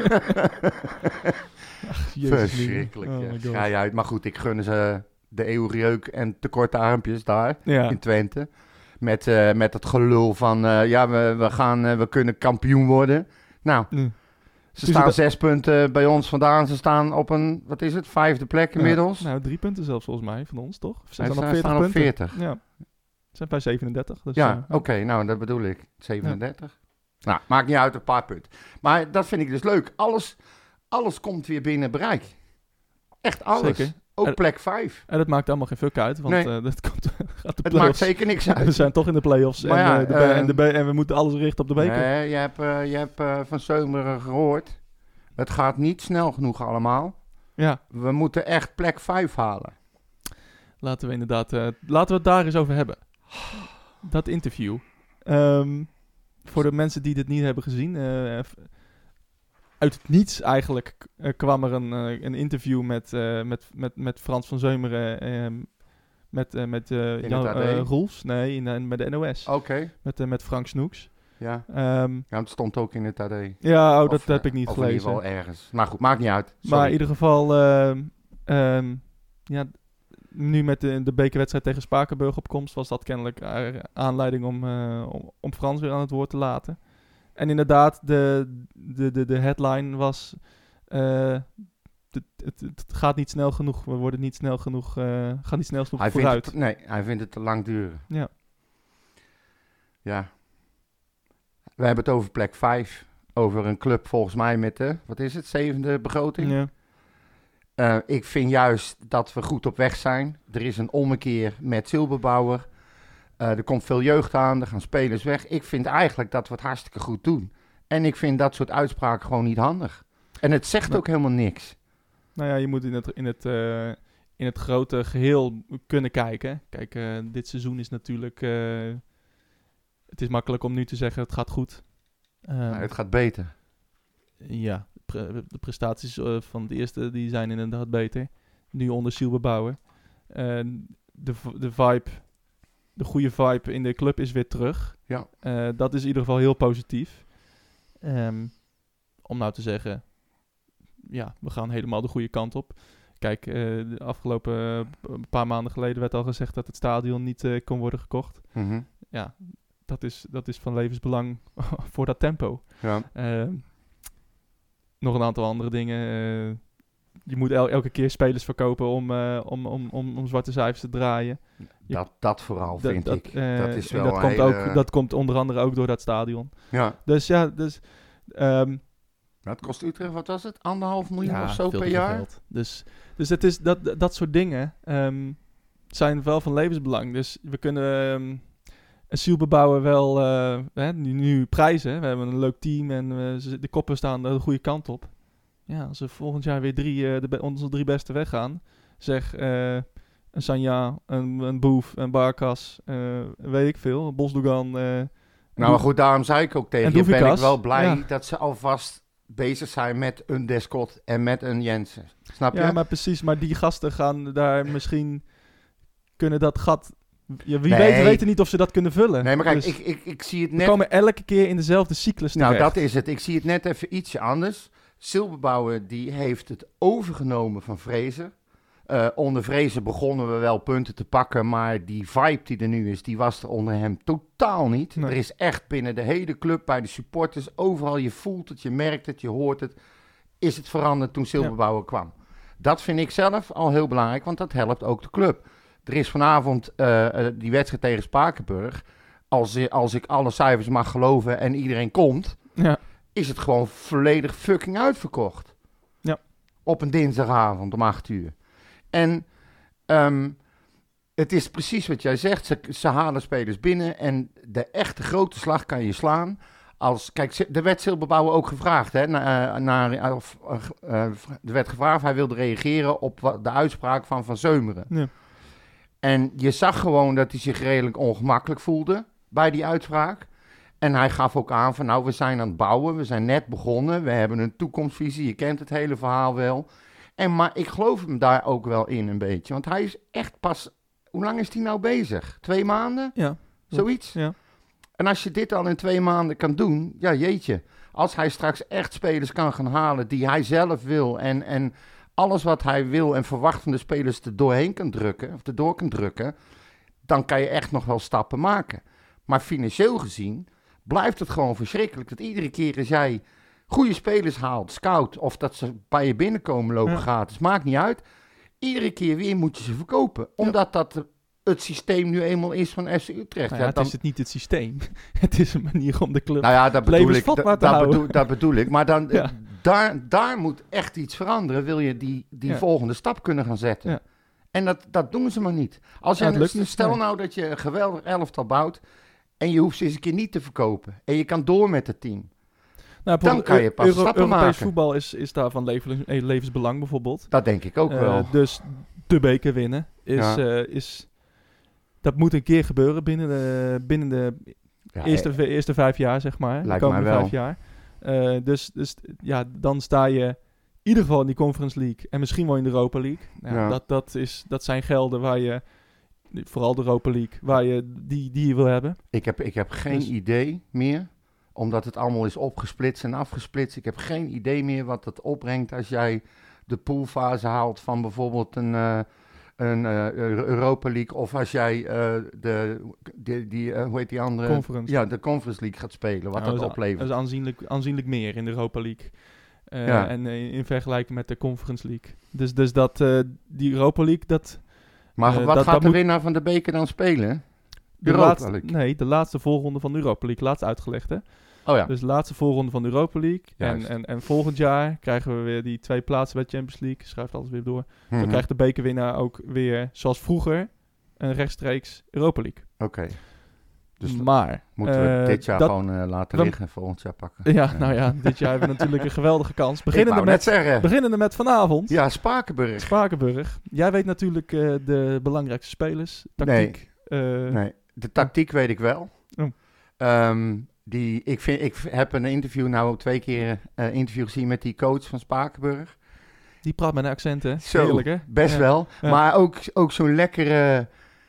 Ach, Jezus, Verschrikkelijk. lieve. Ja. Oh my God. Ga je uit. Maar goed, ik gun ze de eeuwreuk en te korte armpjes daar Ja. in Twente. Met, uh, met het gelul van, uh, ja, we, we, gaan, uh, we kunnen kampioen worden. Nou, Mm. ze Dus staan dat- zes punten bij ons vandaan. Ze staan op een, wat is het, vijfde plek inmiddels. Ja, nou, drie punten zelfs volgens mij van ons, toch? Ze Ze staan op staan veertig op punten. veertig. Ja. Ze zijn bij zevenendertig. Dus, Ja, eh, oké, nou, dat bedoel ik. zevenendertig. Nou, maakt niet uit, een paar punten. Maar dat vind ik dus leuk. Alles, alles komt weer binnen bereik. Echt alles. Zeker. Ook Er- plek vijf. En dat maakt allemaal geen fuck uit, want Nee. eh, dat komt, gaat de Het maakt play-offs. zeker niks We uit. zijn toch in de play-offs Maar en, ja, eh, de be- eh, en, de be- en we moeten alles richten op de beker. Nee, je hebt, uh, je hebt uh, van Zeumeren gehoord. Het gaat niet snel genoeg allemaal. Ja, We moeten echt plek vijf halen. laten we inderdaad... eh, laten we het daar eens over hebben. Dat interview. Ehm, voor de mensen die dit niet hebben gezien... eh, f- uit het niets eigenlijk k- eh, kwam er een, eh, een interview met, eh, met, met, met Frans van Zeumeren... ehm, met, eh, met eh, In Jan het A D? eh, Roels. Nee, in, eh, met de N O S. Oké. Met, eh, met Frank Snoeks. Ja, Ehm, ja het stond ook in het A D. ja, oh, dat Of, heb eh, ik niet of in ieder gelezen. geval ergens. Maar goed, maakt niet uit. Sorry. Maar in ieder geval, ehm, ehm, ja, nu met de, de bekerwedstrijd tegen Spakenburg op komst, was dat kennelijk eh, aanleiding om, eh, om, om Frans weer aan het woord te laten. En inderdaad, de, de, de, de headline was, eh, het, het, het gaat niet snel genoeg, we worden niet snel genoeg, eh gaan niet snel genoeg Hij vooruit. vindt het, nee, hij vindt het te lang duren. Ja. Ja. We hebben het over plek vijf. Over een club volgens mij met de, wat is het, zevende begroting. Ja. Uh, ik vind juist dat we goed op weg zijn. Er is een ommekeer met Silberbauer. Uh, er komt veel jeugd aan, er gaan spelers weg. Ik vind eigenlijk dat we het hartstikke goed doen. En ik vind dat soort uitspraken gewoon niet handig. En het zegt Nee. ook helemaal niks. Nou ja, je moet in het, in het, uh, in het grote geheel kunnen kijken. Kijk, uh, dit seizoen is natuurlijk... Uh, het is makkelijk om nu te zeggen, het gaat goed. Um, Nou, het gaat beter. Ja, pre- de prestaties uh, van de eerste die zijn inderdaad beter. Nu onder Silberbauer. Uh, de, v- de vibe, de goede vibe in de club is weer terug. Ja. Uh, dat is in ieder geval heel positief. Um, om nou te zeggen, ja, we gaan helemaal de goede kant op. Kijk, uh, de afgelopen uh, een paar maanden geleden werd al gezegd dat het stadion niet uh, kon worden gekocht. Mm-hmm. Ja, dat is, dat is van levensbelang voor dat tempo. Ja. Uh, nog een aantal andere dingen. Uh, je moet el- elke keer spelers verkopen om, uh, om, om, om, om zwarte cijfers te draaien. Je, Dat, dat vooral dat- vind dat, ik. uh, dat is wel dat een komt hele... ook, dat komt onder andere ook door dat stadion. Ja. Dus ja, dus... Um, Maar het kost Utrecht, wat was het? Anderhalf miljoen ja, of zo veel per te veel jaar? geld. Dus, dus het is dat, dat soort dingen um, zijn wel van levensbelang. Dus we kunnen um, een Silberbauer wel uh, hè, nu, nu prijzen. We hebben een leuk team en uh, ze- de koppen staan de goede kant op. Ja, als we volgend jaar weer drie, uh, de be- onze drie beste weggaan. Zeg uh, een Sanja, een, een Boef, een Barkas, uh, weet ik veel, een Bosdogan. Uh, Nou, maar goed, daarom zei ik ook tegen en je, ben ik Doevikas, wel blij ja. dat ze alvast bezig zijn met een Descott en met een Jensen. Snap je? Ja, maar precies. Maar die gasten gaan daar misschien... Kunnen dat gat... Ja, wie Nee. weet, we weten niet of ze dat kunnen vullen. Nee, maar kijk, Dus ik, ik, ik zie het we net... komen elke keer in dezelfde cyclus Nou, terecht. dat is het. Ik zie het net even ietsje anders. Silberbauer, die heeft het overgenomen van Vrezen. Uh, onder Vrezen begonnen we wel punten te pakken, maar die vibe die er nu is, die was er onder hem totaal niet. Nee. Er is echt binnen de hele club, bij de supporters, overal, je voelt het, je merkt het, je hoort het, is het veranderd toen Silberbauer ja. kwam. Dat vind ik zelf al heel belangrijk, want dat helpt ook de club. Er is vanavond uh, uh, die wedstrijd tegen Spakenburg. Als, als ik alle cijfers mag geloven en iedereen komt, Ja. is het gewoon volledig fucking uitverkocht. Ja. Op een dinsdagavond om acht uur. En um, het is precies wat jij zegt. Ze, ze halen spelers binnen en de echte grote slag kan je slaan. Als, kijk, er werd Silberbauer ook gevraagd. Hè, naar, naar, of, uh, er werd gevraagd of hij wilde reageren op wat, de uitspraak van Van Zeumeren. Ja. En je zag gewoon dat hij zich redelijk ongemakkelijk voelde bij die uitspraak. En hij gaf ook aan van, nou, we zijn aan het bouwen, we zijn net begonnen, we hebben een toekomstvisie, je kent het hele verhaal wel. En, maar ik geloof hem daar ook wel in een beetje, want hij is echt pas, hoe lang is hij nou bezig? Twee maanden? Ja. Zoiets? Ja. En als je dit al in twee maanden kan doen, ja jeetje. Als hij straks echt spelers kan gaan halen die hij zelf wil en, en alles wat hij wil en verwacht van de spelers er doorheen kan drukken, of erdoor kan drukken, dan kan je echt nog wel stappen maken. Maar financieel gezien blijft het gewoon verschrikkelijk dat iedere keer als jij goede spelers haalt, scout, of dat ze bij je binnenkomen lopen Ja. gratis, maakt niet uit. Iedere keer weer moet je ze verkopen, omdat dat het systeem nu eenmaal is van F C Utrecht. Nou ja, Ja, dan, het is het niet het systeem. Het is een manier om de club... nou ja, dat bedoel ik. levensvatbaar Dat, te dat, houden. bedoel, dat bedoel ik. Maar dan, Ja. daar, daar moet echt iets veranderen. Wil je die, die Ja. volgende stap kunnen gaan zetten. Ja. En dat, dat doen ze maar niet. Als Ja, jij, het lukt niet, stel nee. nou dat je een geweldig elftal bouwt en je hoeft ze eens een keer niet te verkopen. En je kan door met het team. Nou, dan kan je pas Euro- stappen Europees maken. voetbal is, is daar van leven, eh, levensbelang bijvoorbeeld. Dat denk ik ook Uh, wel. Dus de beker winnen is, Ja. uh, is... Dat moet een keer gebeuren binnen de, binnen de Ja, eerste, eh, v- eerste vijf jaar, zeg maar. Lijkt de komende mij wel. vijf jaar. Uh, dus, dus ja, dan sta je in ieder geval in die Conference League. En misschien wel in de Europa League. Nou, Ja. dat, dat, is, dat zijn gelden waar je... Vooral de Europa League, waar je die, die je wil hebben. ik, heb, ik heb geen Dus- idee meer omdat het allemaal is opgesplitst en afgesplitst. Ik heb geen idee meer wat dat opbrengt als jij de poolfase haalt van bijvoorbeeld een, uh, een uh, Europa League. Of als jij uh, de, die, die uh, hoe heet die andere? Conference. Ja, de Conference League gaat spelen, wat Nou, dat is- oplevert. Dat is aanzienlijk, aanzienlijk meer in de Europa League. Uh, Ja. En uh, in vergelijking met de Conference League. Dus, dus dat, uh, die Europa League, dat... Maar uh, wat dat- gaat dat de moet- winnaar van de beker dan spelen? De Europa laatste, League. nee, de laatste voorronde van de Europa League. Laatst uitgelegd, hè? Oh ja, Dus de laatste voorronde van de Europa League. En, Juist. en, en volgend jaar krijgen we weer die twee plaatsen bij de Champions League. Schuift alles weer door. Mhm. Dan krijgt de bekerwinnaar ook weer, zoals vroeger, een rechtstreeks Europa League. Oké. Dus dat maar... moeten we eh, dit jaar dat- gewoon uh, laten we- liggen en volgend jaar pakken. Ja, nou ja, dit jaar hebben we natuurlijk een geweldige kans. Ik Beginnende wou net met, zeggen. beginnende met vanavond. Ja, Spakenburg. Spakenburg. Jij weet natuurlijk uh, de belangrijkste spelers. Tactiek. Nee. Uh, Nee, de tactiek weet ik wel. Oh. Um, die, ik, vind, ik heb een interview, nou twee keer uh, interview gezien met die coach van Spakenburg. Die praat met een accent, hè? Zo, Heerlijk, hè? best Ja. wel. Ja. Maar ook, ook zo'n lekkere,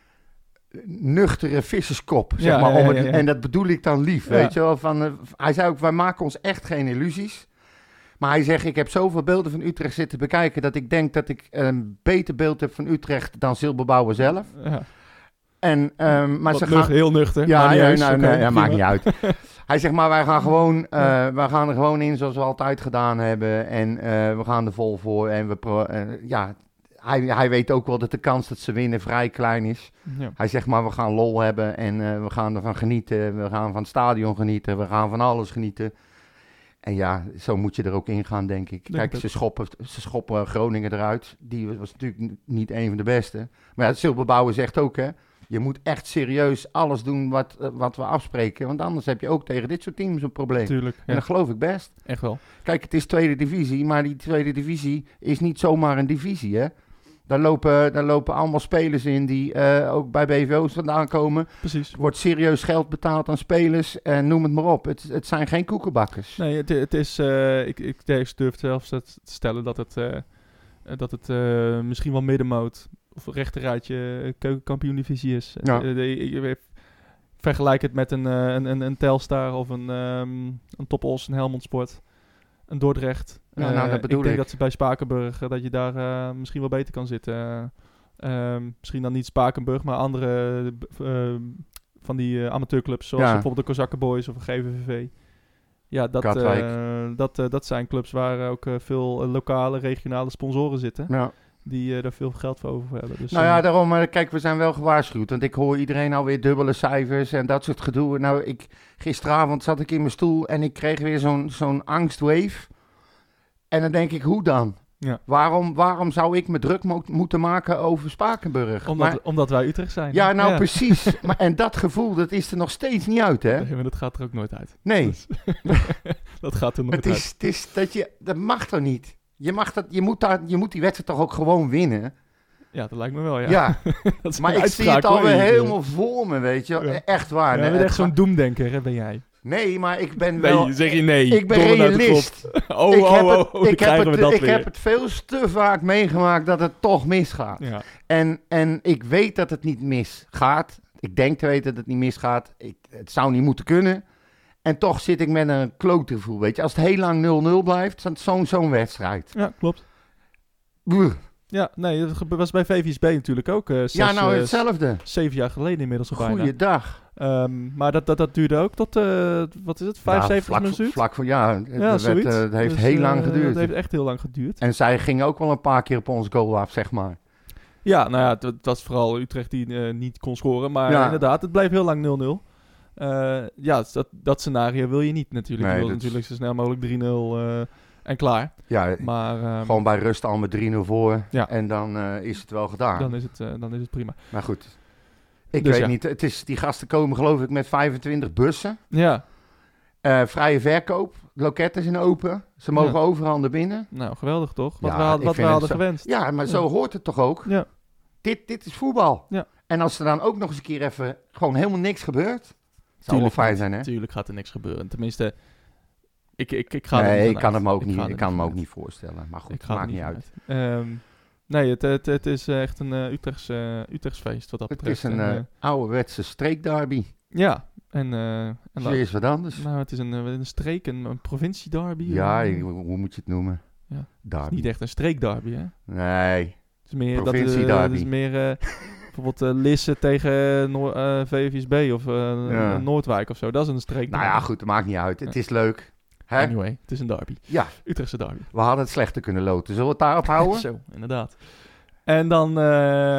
nuchtere visserskop, zeg Ja, maar. ja, om ja, het, ja. En dat bedoel ik dan lief, Ja. weet je wel. Van, uh, hij zei ook, wij maken ons echt geen illusies. Maar hij zegt, ik heb zoveel beelden van Utrecht zitten bekijken, dat ik denk dat ik een beter beeld heb van Utrecht dan Silberbouwer zelf. Ja. En, um, maar Wat ze nucht- gaan... heel nuchter. Ja, maar niet ja, eens. nou, Oké, nee, ja, maakt prima. niet uit. Hij zegt maar, wij gaan gewoon, uh, wij gaan er gewoon in zoals we altijd gedaan hebben. En uh, we gaan er vol voor. En we pro- uh, ja, hij, hij weet ook wel dat de kans dat ze winnen vrij klein is. Ja. Hij zegt maar, we gaan lol hebben en uh, we gaan ervan genieten. We gaan van het stadion genieten. We gaan van alles genieten. En ja, zo moet je er ook in gaan, denk ik. Denk Kijk, het ze schoppen, ze schoppen Groningen eruit. Die was natuurlijk n- niet een van de beste. Maar ja, Silberbouwer zegt ook, hè. Je moet echt serieus alles doen wat, uh, wat we afspreken. Want anders heb je ook tegen dit soort teams een probleem. Tuurlijk. En Ja. dat geloof ik best. Echt wel. Kijk, het is tweede divisie. Maar die tweede divisie is niet zomaar een divisie, hè. Daar lopen, daar lopen allemaal spelers in die uh, ook bij B V O's vandaan komen. Precies. Er wordt serieus geld betaald aan spelers. En noem het maar op. Het, het zijn geen koekenbakkers. Nee, het, het is... uh, ik, ik durf zelfs te stellen dat het... Uh, dat het uh, misschien wel middenmoot... of rechterrijtje keukenkampioen-divisie is. Ja. Uh, de, ik, ik vergelijk het met een, uh, een, een, een Telstar of een, um, een Top Os, een Helmond Sport, een Dordrecht. Ja, Uh, nou, dat bedoel ik denk ik. dat ze bij Spakenburg, uh, dat je daar uh, misschien wel beter kan zitten. Uh, um, misschien dan niet Spakenburg, maar andere uh, van die uh, amateurclubs, zoals Ja. bijvoorbeeld de Kozakken Boys of G V V V. Ja, dat, Katwijk. uh, dat, uh, dat zijn clubs waar ook uh, veel uh, lokale, regionale sponsoren zitten. Ja. Die uh, daar veel geld voor over hebben. Dus, Nou uh, ja, daarom, maar kijk, we zijn wel gewaarschuwd. Want ik hoor iedereen alweer dubbele cijfers en dat soort gedoe. Nou, ik, gisteravond zat ik in mijn stoel en ik kreeg weer zo'n zo'n angstwave. En dan denk ik, hoe dan? Ja. Waarom, waarom zou ik me druk mo- moeten maken over Spakenburg? omdat, Maar- omdat wij Utrecht zijn. ja, nou ja. precies. Maar, en dat gevoel, dat is er nog steeds niet uit, hè? Nee, maar dat gaat er ook nooit uit. Nee, Dus- dat gaat er nooit het uit. is, het is dat je, dat mag toch niet? Je, mag dat, je, moet daar, je moet die wedstrijd toch ook gewoon winnen? Ja, dat lijkt me wel, ja. Ja, Dat is maar een ik zie het uitspraak, hoor, alweer hier. helemaal voor me, weet je wel. Ja. Echt waar. Ja, Nee, je bent het echt zo'n ga- doemdenker, hè, ben jij. nee, maar ik ben wel... Nee, zeg je nee. ik ben Donder uit de realist. kop. Oh, ik oh, heb oh, het, oh, dan ik heb krijgen het, we dat ik weer. heb het veel te vaak meegemaakt dat het toch misgaat. Ja. En, en ik weet dat het niet misgaat. Ik denk te weten dat het niet misgaat. Ik, het zou niet moeten kunnen. En toch zit ik met een klote gevoel, weet je. Als het heel lang nul nul blijft, is het zo'n zo'n wedstrijd. ja, klopt. Brr. Ja, nee, dat gebe- was bij V V S B natuurlijk ook uh, zes, Ja, nou eh, hetzelfde. zeven jaar geleden inmiddels al bijna. Goeiedag. Um, maar dat, dat, dat duurde ook tot, uh, wat is het, vijfenzeventig Ja, vlak, minuten? vlak voor, ja. Het, Ja, werd, zoiets. eh, het heeft Dus, heel uh, lang geduurd. Het heeft echt heel lang geduurd. En zij gingen ook wel een paar keer op ons goal af, zeg maar. Ja, nou ja, het, het was vooral Utrecht die uh, niet kon scoren. Maar Ja. inderdaad, het bleef heel lang nul nul. Uh, ja, dat, dat scenario wil je niet natuurlijk. Nee, je wil dat is- natuurlijk zo snel mogelijk drie nul uh, en klaar. Ja, Maar um, gewoon bij rust al met drie nul voor. Ja. En dan uh, is het wel gedaan. dan, is het, uh, dan is het prima. Maar goed. Ik Dus weet ja. niet. Het is, die gasten komen geloof ik met vijfentwintig bussen. Ja, Uh, vrije verkoop. Loketten zijn open. Ze mogen Ja. overal naar binnen. nou geweldig toch? Wat Ja, we, hadden, ik wat we vind hadden het zo- gewenst. Ja, maar Ja. zo hoort het toch ook? Ja. Dit, dit is voetbal. Ja. En als er dan ook nog eens een keer even gewoon helemaal niks gebeurt. Zou wel Tuurlijk fijn niet. zijn, hè? Natuurlijk gaat er niks gebeuren. Tenminste, ik, ik, ik ga er Nee, niet ik kan, vanuit. hem ook Ik niet, ga er ik kan hem ook vanuit. niet voorstellen. Maar goed, Ik het ga er maakt niet niet uit. vanuit. Um, nee, het, het, het is echt een uh, Utrechts, uh, Utrechts feest wat dat Het betreft. is een En, uh, uh, ouderwetse streekderby. ja, En, uh, en Zie je eens wat anders? Nou, het is een, een streek, een, een provincie-derby. Ja, uh, hoe moet je het noemen? Ja. Derby. Het is niet echt een streek-derby, hè? Nee, het is meer, provincie-derby. Dat, uh, dat is meer uh, bijvoorbeeld uh, Lisse tegen Noor, uh, V V S B of uh, ja. Noordwijk of zo. Dat is een streek. Nou ja, goed, dat maakt niet uit. Het ja. is leuk. Hè? Anyway, het is een derby. Ja. Utrechtse derby. We hadden het slechter kunnen loten. Zullen we het daarop houden? Zo, inderdaad. En dan uh,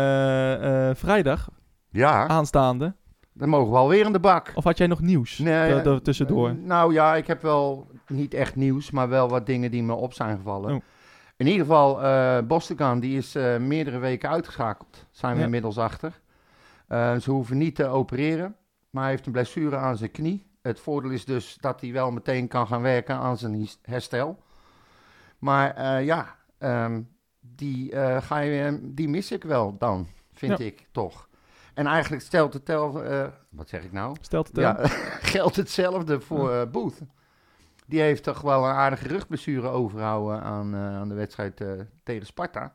uh, vrijdag, ja. aanstaande. Dan mogen we alweer in de bak. Of had jij nog nieuws nee, d- d- tussendoor? Uh, nou ja, ik heb wel niet echt nieuws, maar wel wat dingen die me op zijn gevallen. Oh. In ieder geval, uh, Bostogan, die is uh, meerdere weken uitgeschakeld. Zijn we ja. inmiddels achter. Uh, ze hoeven niet te opereren, maar hij heeft een blessure aan zijn knie. Het voordeel is dus dat hij wel meteen kan gaan werken aan zijn herstel. Maar uh, ja, um, die, uh, ga je, die mis ik wel dan, vind ja. ik toch. En eigenlijk stelt het tel, uh, wat zeg ik nou? Stelt het tel? Ja, geldt hetzelfde voor uh, Booth. Die heeft toch wel een aardige rugblessure overhouden aan, uh, aan de wedstrijd uh, tegen Sparta.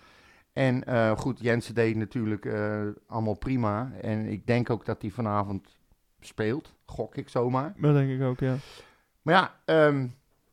En uh, goed, Jensen deed natuurlijk uh, allemaal prima. En ik denk ook dat hij vanavond speelt, gok ik zomaar. Dat denk ik ook, ja. Maar ja, um,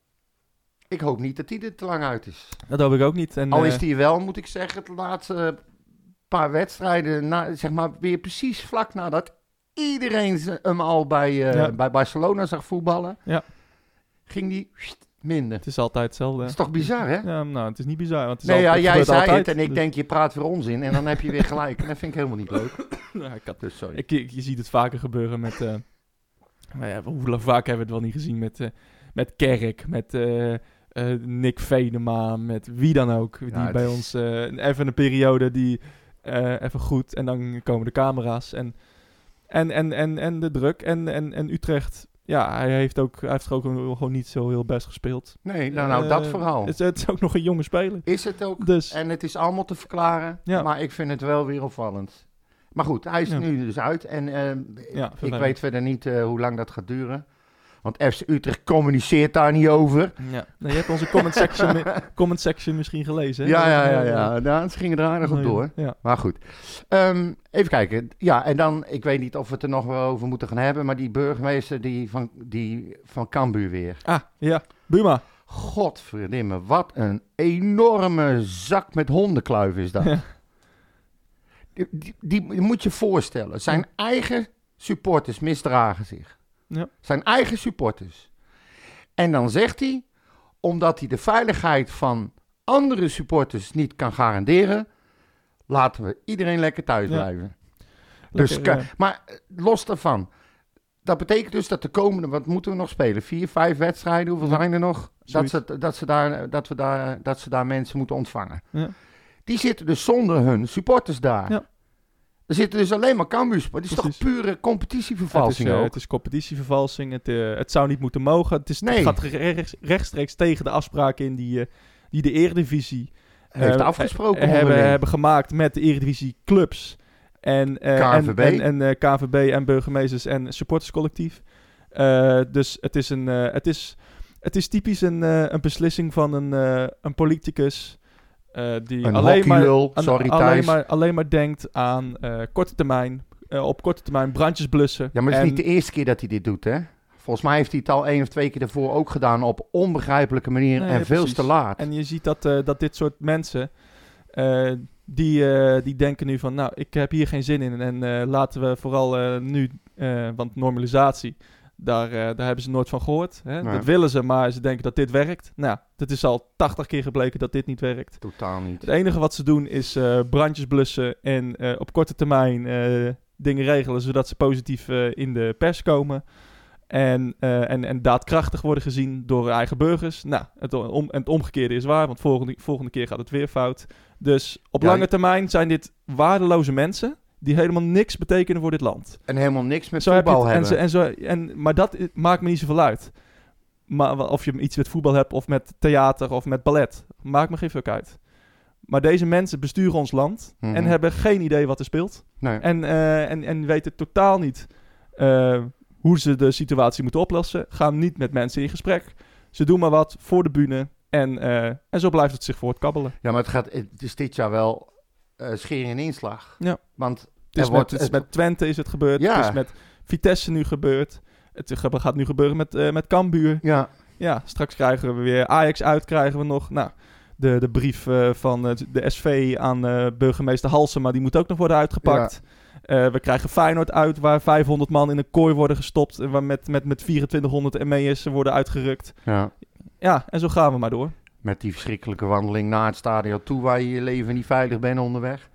ik hoop niet dat hij er te lang uit is. Dat hoop ik ook niet. En, Al uh, is hij wel, moet ik zeggen, de laatste paar wedstrijden, na, zeg maar weer precies vlak nadat iedereen hem al bij, uh, ja. bij Barcelona zag voetballen, ja. ging die minder. Het is altijd hetzelfde. Dat is toch bizar, hè? Ja, nou, het is niet bizar. Want het is nee, altijd, ja, het jij zei altijd. het en ik denk, je praat weer onzin en dan heb je weer gelijk. En dat vind ik helemaal niet leuk. Ja, ik had, dus sorry. Ik, ik, je ziet het vaker gebeuren met... Uh, nou ja, hoe vaak hebben we het wel niet gezien met, uh, met Kerk, met uh, uh, Nick Venema, met wie dan ook. Ja, die bij is... ons uh, even een periode die uh, even goed en dan komen de camera's en, en, en, en, en de druk. En, en, en Utrecht, ja, hij heeft ook, hij heeft ook gewoon niet zo heel best gespeeld. Nee, nou, nou uh, dat verhaal. Het, het is ook nog een jonge speler. Is het ook. Dus. En het is allemaal te verklaren, ja. Maar ik vind het wel weer opvallend. Maar goed, hij is ja. nu dus uit. En uh, ja, ik weet verder niet uh, hoe lang dat gaat duren. Want F C Utrecht communiceert daar niet over. Ja. Nou, je hebt onze comment section, mi- comment section misschien gelezen. Hè? Ja, ja, ja. ja. Nou, ze gingen er aardig op door. Ja. Maar goed. Um, even kijken. Ja, en dan, ik weet niet of we het er nog wel over moeten gaan hebben. Maar die burgemeester die van, die van Cambuur weer. Ah, ja. Buma. Godverdimme, wat een enorme zak met hondenkluif is dat. Ja. Die, die, die moet je voorstellen. Zijn ja. eigen supporters misdragen zich. Ja. Zijn eigen supporters. En dan zegt hij, omdat hij de veiligheid van andere supporters niet kan garanderen, laten we iedereen lekker thuis ja. blijven. Lekker, dus, ja. Maar los daarvan, dat betekent dus dat de komende, wat moeten we nog spelen? Vier, vijf wedstrijden, hoeveel ja. zijn er nog? Dat ze, dat, ze daar, dat, we daar, dat ze daar mensen moeten ontvangen. Ja. Die zitten dus zonder hun supporters daar. Ja. Er zitten dus alleen maar Cambuur. Het is Precies. toch pure competitievervalsing het is, ook? Uh, het is competitievervalsing. Het, uh, het zou niet moeten mogen. Het, is, nee. het gaat rechts, rechtstreeks tegen de afspraken in die, uh, die de Eredivisie uh, heeft afgesproken. Uh, hebben, hebben gemaakt met de Eredivisie clubs. En, uh, K N V B. En, en, en uh, K N V B en burgemeesters en supporterscollectief. Uh, dus het is, een, uh, het, is, het is typisch een, uh, een beslissing van een, uh, een politicus... Uh, die een alleen maar, aan, sorry, alleen, maar, alleen maar denkt aan uh, korte termijn, uh, op korte termijn brandjes blussen. Ja, maar het en... is niet de eerste keer dat hij dit doet, hè? Volgens mij heeft hij het al één of twee keer daarvoor ook gedaan op onbegrijpelijke manier nee, en ja, veel precies. te laat. En je ziet dat, uh, dat dit soort mensen, uh, die, uh, die denken nu van, nou, ik heb hier geen zin in en uh, laten we vooral uh, nu, uh, want normalisatie... Daar, uh, daar hebben ze nooit van gehoord. Hè? Nee. Dat willen ze, maar ze denken dat dit werkt. Nou, het is al tachtig keer gebleken dat dit niet werkt. Totaal niet. Het enige wat ze doen is uh, brandjes blussen en uh, op korte termijn uh, dingen regelen, zodat ze positief uh, in de pers komen. En, uh, en, en daadkrachtig worden gezien door eigen burgers. Nou, het, om, en het omgekeerde is waar, want volgende, volgende keer gaat het weer fout. Dus op ja, lange termijn zijn dit waardeloze mensen... die helemaal niks betekenen voor dit land. En helemaal niks met zo voetbal heb hebben. En zo, en zo, en, maar dat maakt me niet zoveel uit. Maar of je iets met voetbal hebt, of met theater, of met ballet. Maakt me geen fuck uit. Maar deze mensen besturen ons land... Mm-hmm. en hebben geen idee wat er speelt. Nee. En, uh, en, en weten totaal niet... Uh, hoe ze de situatie moeten oplossen. Gaan niet met mensen in gesprek. Ze doen maar wat voor de bühne. En, uh, en zo blijft het zich voortkabbelen. Ja, maar het, gaat, het is dit jaar wel uh, schering en inslag. Ja. Want... Het is, met, wordt, het is met Twente is het gebeurd. Ja. Het is met Vitesse nu gebeurt. Het ge- gaat nu gebeuren met, uh, met Cambuur. Ja. Ja, straks krijgen we weer Ajax uit, krijgen we nog. Nou, de, de brief uh, van uh, de S V aan uh, burgemeester Halsema, die moet ook nog worden uitgepakt. Ja. Uh, we krijgen Feyenoord uit, waar vijfhonderd man in een kooi worden gestopt. En waar met, met, met vierentwintighonderd M E'ers worden uitgerukt. Ja. Ja, en zo gaan we maar door. Met die verschrikkelijke wandeling naar het stadion toe, waar je je leven niet veilig bent onderweg.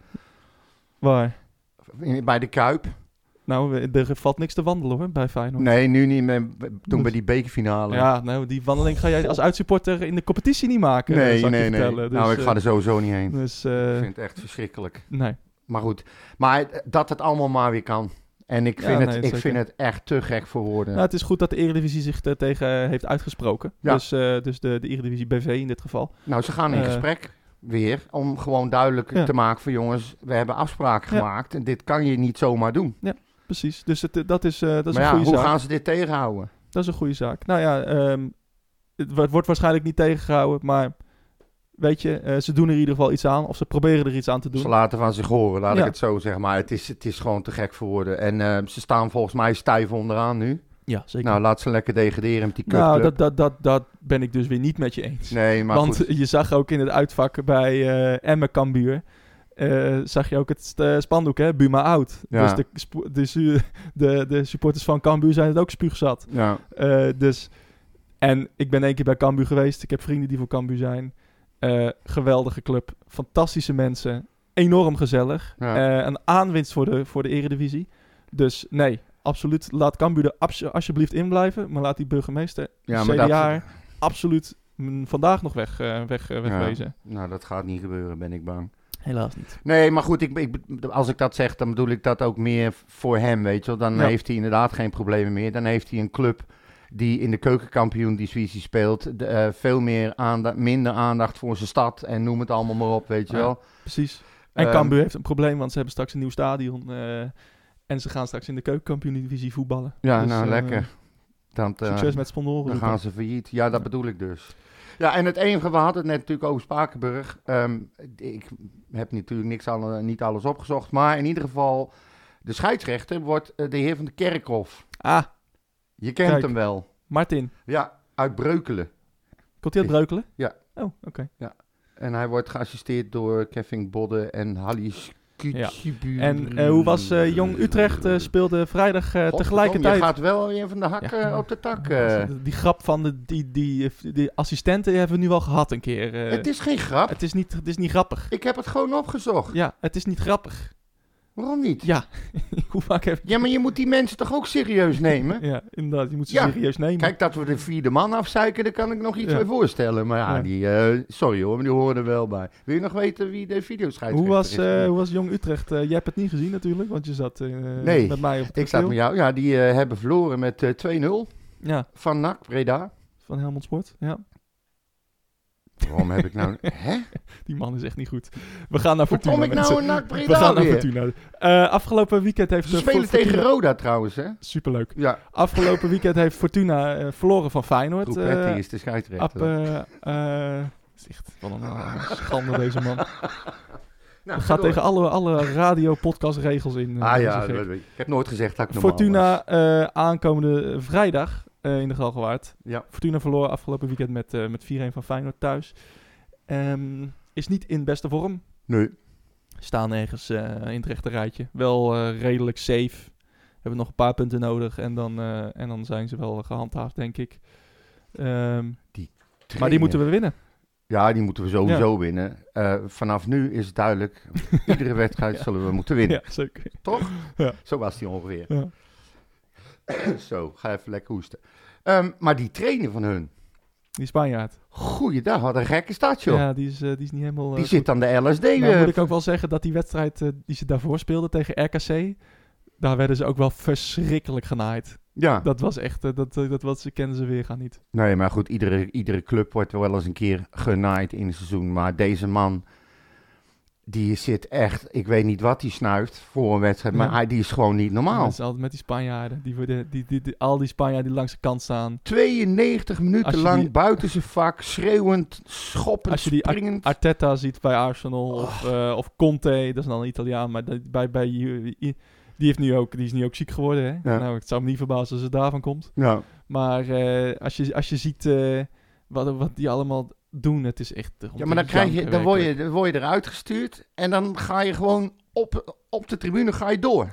Waar? In, bij de Kuip. Nou, er valt niks te wandelen hoor, bij Feyenoord. Nee, nu niet meer. Toen bij die bekerfinale. Ja, nou, die wandeling ga jij als uitsupporter in de competitie niet maken. Nee, zal ik nee, je nee. vertellen. Dus, nou, ik ga uh, er sowieso niet heen. Dus, uh, ik vind het echt verschrikkelijk. Nee. Maar goed. Maar dat het allemaal maar weer kan. En ik vind, ja, het, nee, ik vind het echt te gek voor woorden. Nou, het is goed dat de Eredivisie zich er tegen heeft uitgesproken. Ja. Dus, uh, dus de, de Eredivisie B V in dit geval. Nou, ze gaan in Uh, gesprek weer om gewoon duidelijk ja. te maken van jongens, we hebben afspraken Ja. gemaakt en dit kan je niet zomaar doen. Ja, precies. Dus het, dat is, uh, dat is maar een ja, goede hoe zaak. gaan ze dit tegenhouden? Dat is een goede zaak. Nou ja, um, het wordt, wordt waarschijnlijk niet tegengehouden, maar weet je, uh, ze doen er in ieder geval iets aan. Of ze proberen er iets aan te doen. Ze laten van zich horen, laat Ja. ik het zo zeggen. Maar het is, het is gewoon te gek voor woorden. En uh, ze staan volgens mij stijf onderaan nu. Ja, zeker. Nou, laat ze lekker degraderen met die cupclub. Nou, dat, dat, dat, dat ben ik dus weer niet met je eens. Nee, maar Want goed. je zag ook in het uitvak bij uh, Emmen Cambuur, uh, zag je ook het uh, spandoek, hè? Buma out. Ja. Dus de, spo- de, su- de, de supporters van Cambuur zijn het ook spuugzat. Ja. Uh, dus, en ik ben één keer bij Cambuur geweest. Ik heb vrienden die voor Cambuur zijn. Uh, geweldige club. Fantastische mensen. Enorm gezellig. Ja. Uh, een aanwinst voor de, voor de Eredivisie. Dus nee, absoluut. Laat Cambuur er abs- alsjeblieft in blijven. Maar laat die burgemeester, Ja, C maar D dat- A, absoluut mm, vandaag nog weg, uh, weg, uh, wegwezen. Ja. Nou, dat gaat niet gebeuren, ben ik bang. Helaas niet. Nee, maar goed, ik, ik, als ik dat zeg, dan bedoel ik dat ook meer voor hem, weet je wel. Dan Ja. heeft hij inderdaad geen problemen meer. Dan heeft hij een club die in de keukenkampioen-divisie speelt. De, uh, veel meer aandacht, minder aandacht voor zijn stad en noem het allemaal maar op, weet je Ja. wel. Precies. En Um, Cambuur heeft een probleem, want ze hebben straks een nieuw stadion. Uh, en ze gaan straks in de keukenkampioen-divisie voetballen. Ja, Dus, nou uh, lekker. Dan, uh, Succes met sponsoren. dan gaan ze failliet. Ja, dat bedoel ik dus. Ja, en het enige, we hadden het net natuurlijk over Spakenburg. Um, ik heb natuurlijk niks alle, niet alles opgezocht, maar in ieder geval, de scheidsrechter wordt uh, de heer van de Kerkhof. Ah, Je kent Kijk. hem wel. Martin. Ja, uit Breukelen. Komt hij uit Breukelen? Ja. Oh, oké. Okay. En hij wordt geassisteerd door Kevin Bodde en Hallis Kutjibu. En uh, hoe was uh, Jong Utrecht uh, speelde vrijdag uh, tegelijkertijd. Je gaat wel weer van de hak Ja. uh, op de tak. Uh. Die, die grap van de, die, die, die, die assistenten hebben we nu al gehad een keer. Uh, Het is geen grap. het, is niet, het is niet grappig. Ik heb het gewoon opgezocht. Ja, het is niet grappig. Waarom niet? Ja, hoe vaak heb Ja, maar je moet die mensen toch ook serieus nemen? Ja, inderdaad. Je moet ze Ja. serieus nemen. Kijk, dat we de vierde man afzeiken, daar kan ik nog iets Ja. bij voorstellen. Maar ja, Ja. die, uh, sorry hoor, maar die horen er wel bij. Wil je nog weten wie de videoscheidsrechter Hoe was, is? uh, hoe was Jong Utrecht? Uh, jij hebt het niet gezien natuurlijk, want je zat uh, Nee, met mij op het Ik sta kasteel. met jou. Ja, die uh, hebben verloren met uh, twee nul Ja, van N A C Breda. van Helmond Sport. Ja, Waarom heb ik nou... Hè? die man is echt niet goed. We gaan naar Hoe Fortuna, kom ik mensen. nou in N A C We Breda gaan naar weer? Fortuna. Uh, afgelopen weekend heeft... Ze uh, spelen Fortuna- tegen Roda trouwens, hè? Superleuk. Ja, Afgelopen weekend heeft Fortuna uh, verloren van Feyenoord. Rupetti Uh, is de Ab, scheidsrechter. uh, uh, echt, wat een uh, schande deze man. Nou, Het gaat ga door. tegen alle, alle radio-podcast-regels in. uh, Ah ja, zo gek. dat weet ik. Ik heb nooit gezegd dat ik normaal was. Fortuna uh, aankomende vrijdag uh, in de Galgenwaard. Ja. Fortuna verloor afgelopen weekend met, uh, met vier een van Feyenoord thuis. Um, is niet in beste vorm. Nee. Staan ergens uh, in het rechte rijtje. Wel uh, redelijk safe. Hebben nog een paar punten nodig. En dan, uh, en dan zijn ze wel gehandhaafd, denk ik. Um, maar die moeten we winnen. Ja, die moeten we sowieso winnen. Uh, vanaf nu is het duidelijk. Iedere wedstrijd Ja. zullen we moeten winnen. Ja, zeker. Toch? Ja. Zo was die ongeveer. Ja. Zo, ga even lekker hoesten. Um, maar die trainer van hun. Die Spanjaard. Goeiedag, wat een gekke stad, joh. Ja, die is, uh, die is niet helemaal... Uh, die zit aan de L S D. Nou, uh, moet ik ook wel zeggen dat die wedstrijd uh, die ze daarvoor speelden tegen R K C... Daar werden ze ook wel verschrikkelijk genaaid. Ja. Dat was echt... Uh, dat, uh, dat wat ze kennen ze weer gaan niet. Nee, maar goed, iedere, iedere club wordt wel eens een keer genaaid in het seizoen. Maar deze man, die zit echt... Ik weet niet wat hij snuift voor een wedstrijd, maar Ja. hij, die is gewoon niet normaal. Dat is altijd met die Spanjaarden. Die worden, die, die, die, al die Spanjaarden die langs de kant staan. tweeënnegentig minuten Als je lang die- buiten zijn vak, schreeuwend, schoppend, Als je die Ar- springend. Arteta ziet bij Arsenal of, uh, of Conte, dat is dan een Italiaan, maar dat- bij, bij, uh, I- Die, heeft nu ook, die is nu ook ziek geworden. Hè? Ja. Nou, het zou me niet verbazen als het daarvan komt. Ja. Maar uh, als, je, als je ziet uh, wat, wat die allemaal doen, het is echt... Ja, maar dan, krijg je, dan, word je, dan word je eruit gestuurd en dan ga je gewoon op, op de tribune ga je door.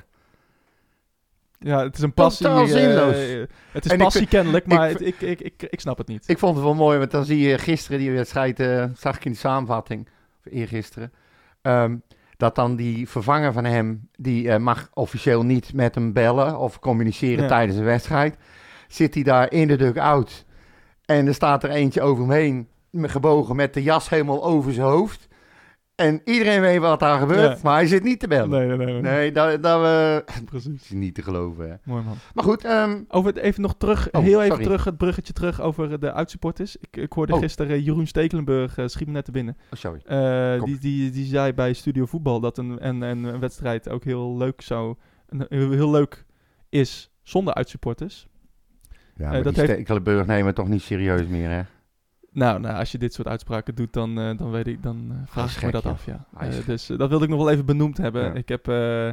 Ja, het is een passie. Totaal zinloos. Uh, het is en passie ik, kennelijk, maar ik, het, ik, ik, ik, ik snap het niet. Ik vond het wel mooi, want dan zie je gisteren die wedstrijd, uh, zag ik in de samenvatting, of eergisteren, um, dat dan die vervanger van hem, die uh, mag officieel niet met hem bellen of communiceren ja. tijdens een wedstrijd. Zit hij daar in de dugout en er staat er eentje over hem heen, gebogen met de jas helemaal over zijn hoofd. En iedereen weet wat daar gebeurt, ja. maar hij zit niet te bellen. Nee, nee, nee. Nee, nee dat, dat we... Precies. is niet te geloven, hè. Mooi, man. Maar goed. Um... Over het, even nog terug, oh, heel even sorry. terug, het bruggetje terug over de uitsupporters. Ik, ik hoorde oh. gisteren Jeroen Stekelenburg, uh, schiet me net te binnen. Oh, sorry. Uh, die, die, die zei bij Studio Voetbal dat een, een, een, een wedstrijd ook heel leuk zou... Een, heel, heel leuk is zonder uitsupporters. Ja, maar uh, dat die heeft... Stekelenburg nemen we toch niet serieus meer, hè? Nou, nou, als je dit soort uitspraken doet, dan, uh, dan weet ik, dan uh, vraag ik me dat ja. af, ja. Uh, dus uh, dat wilde ik nog wel even benoemd hebben. Ja. Ik heb uh,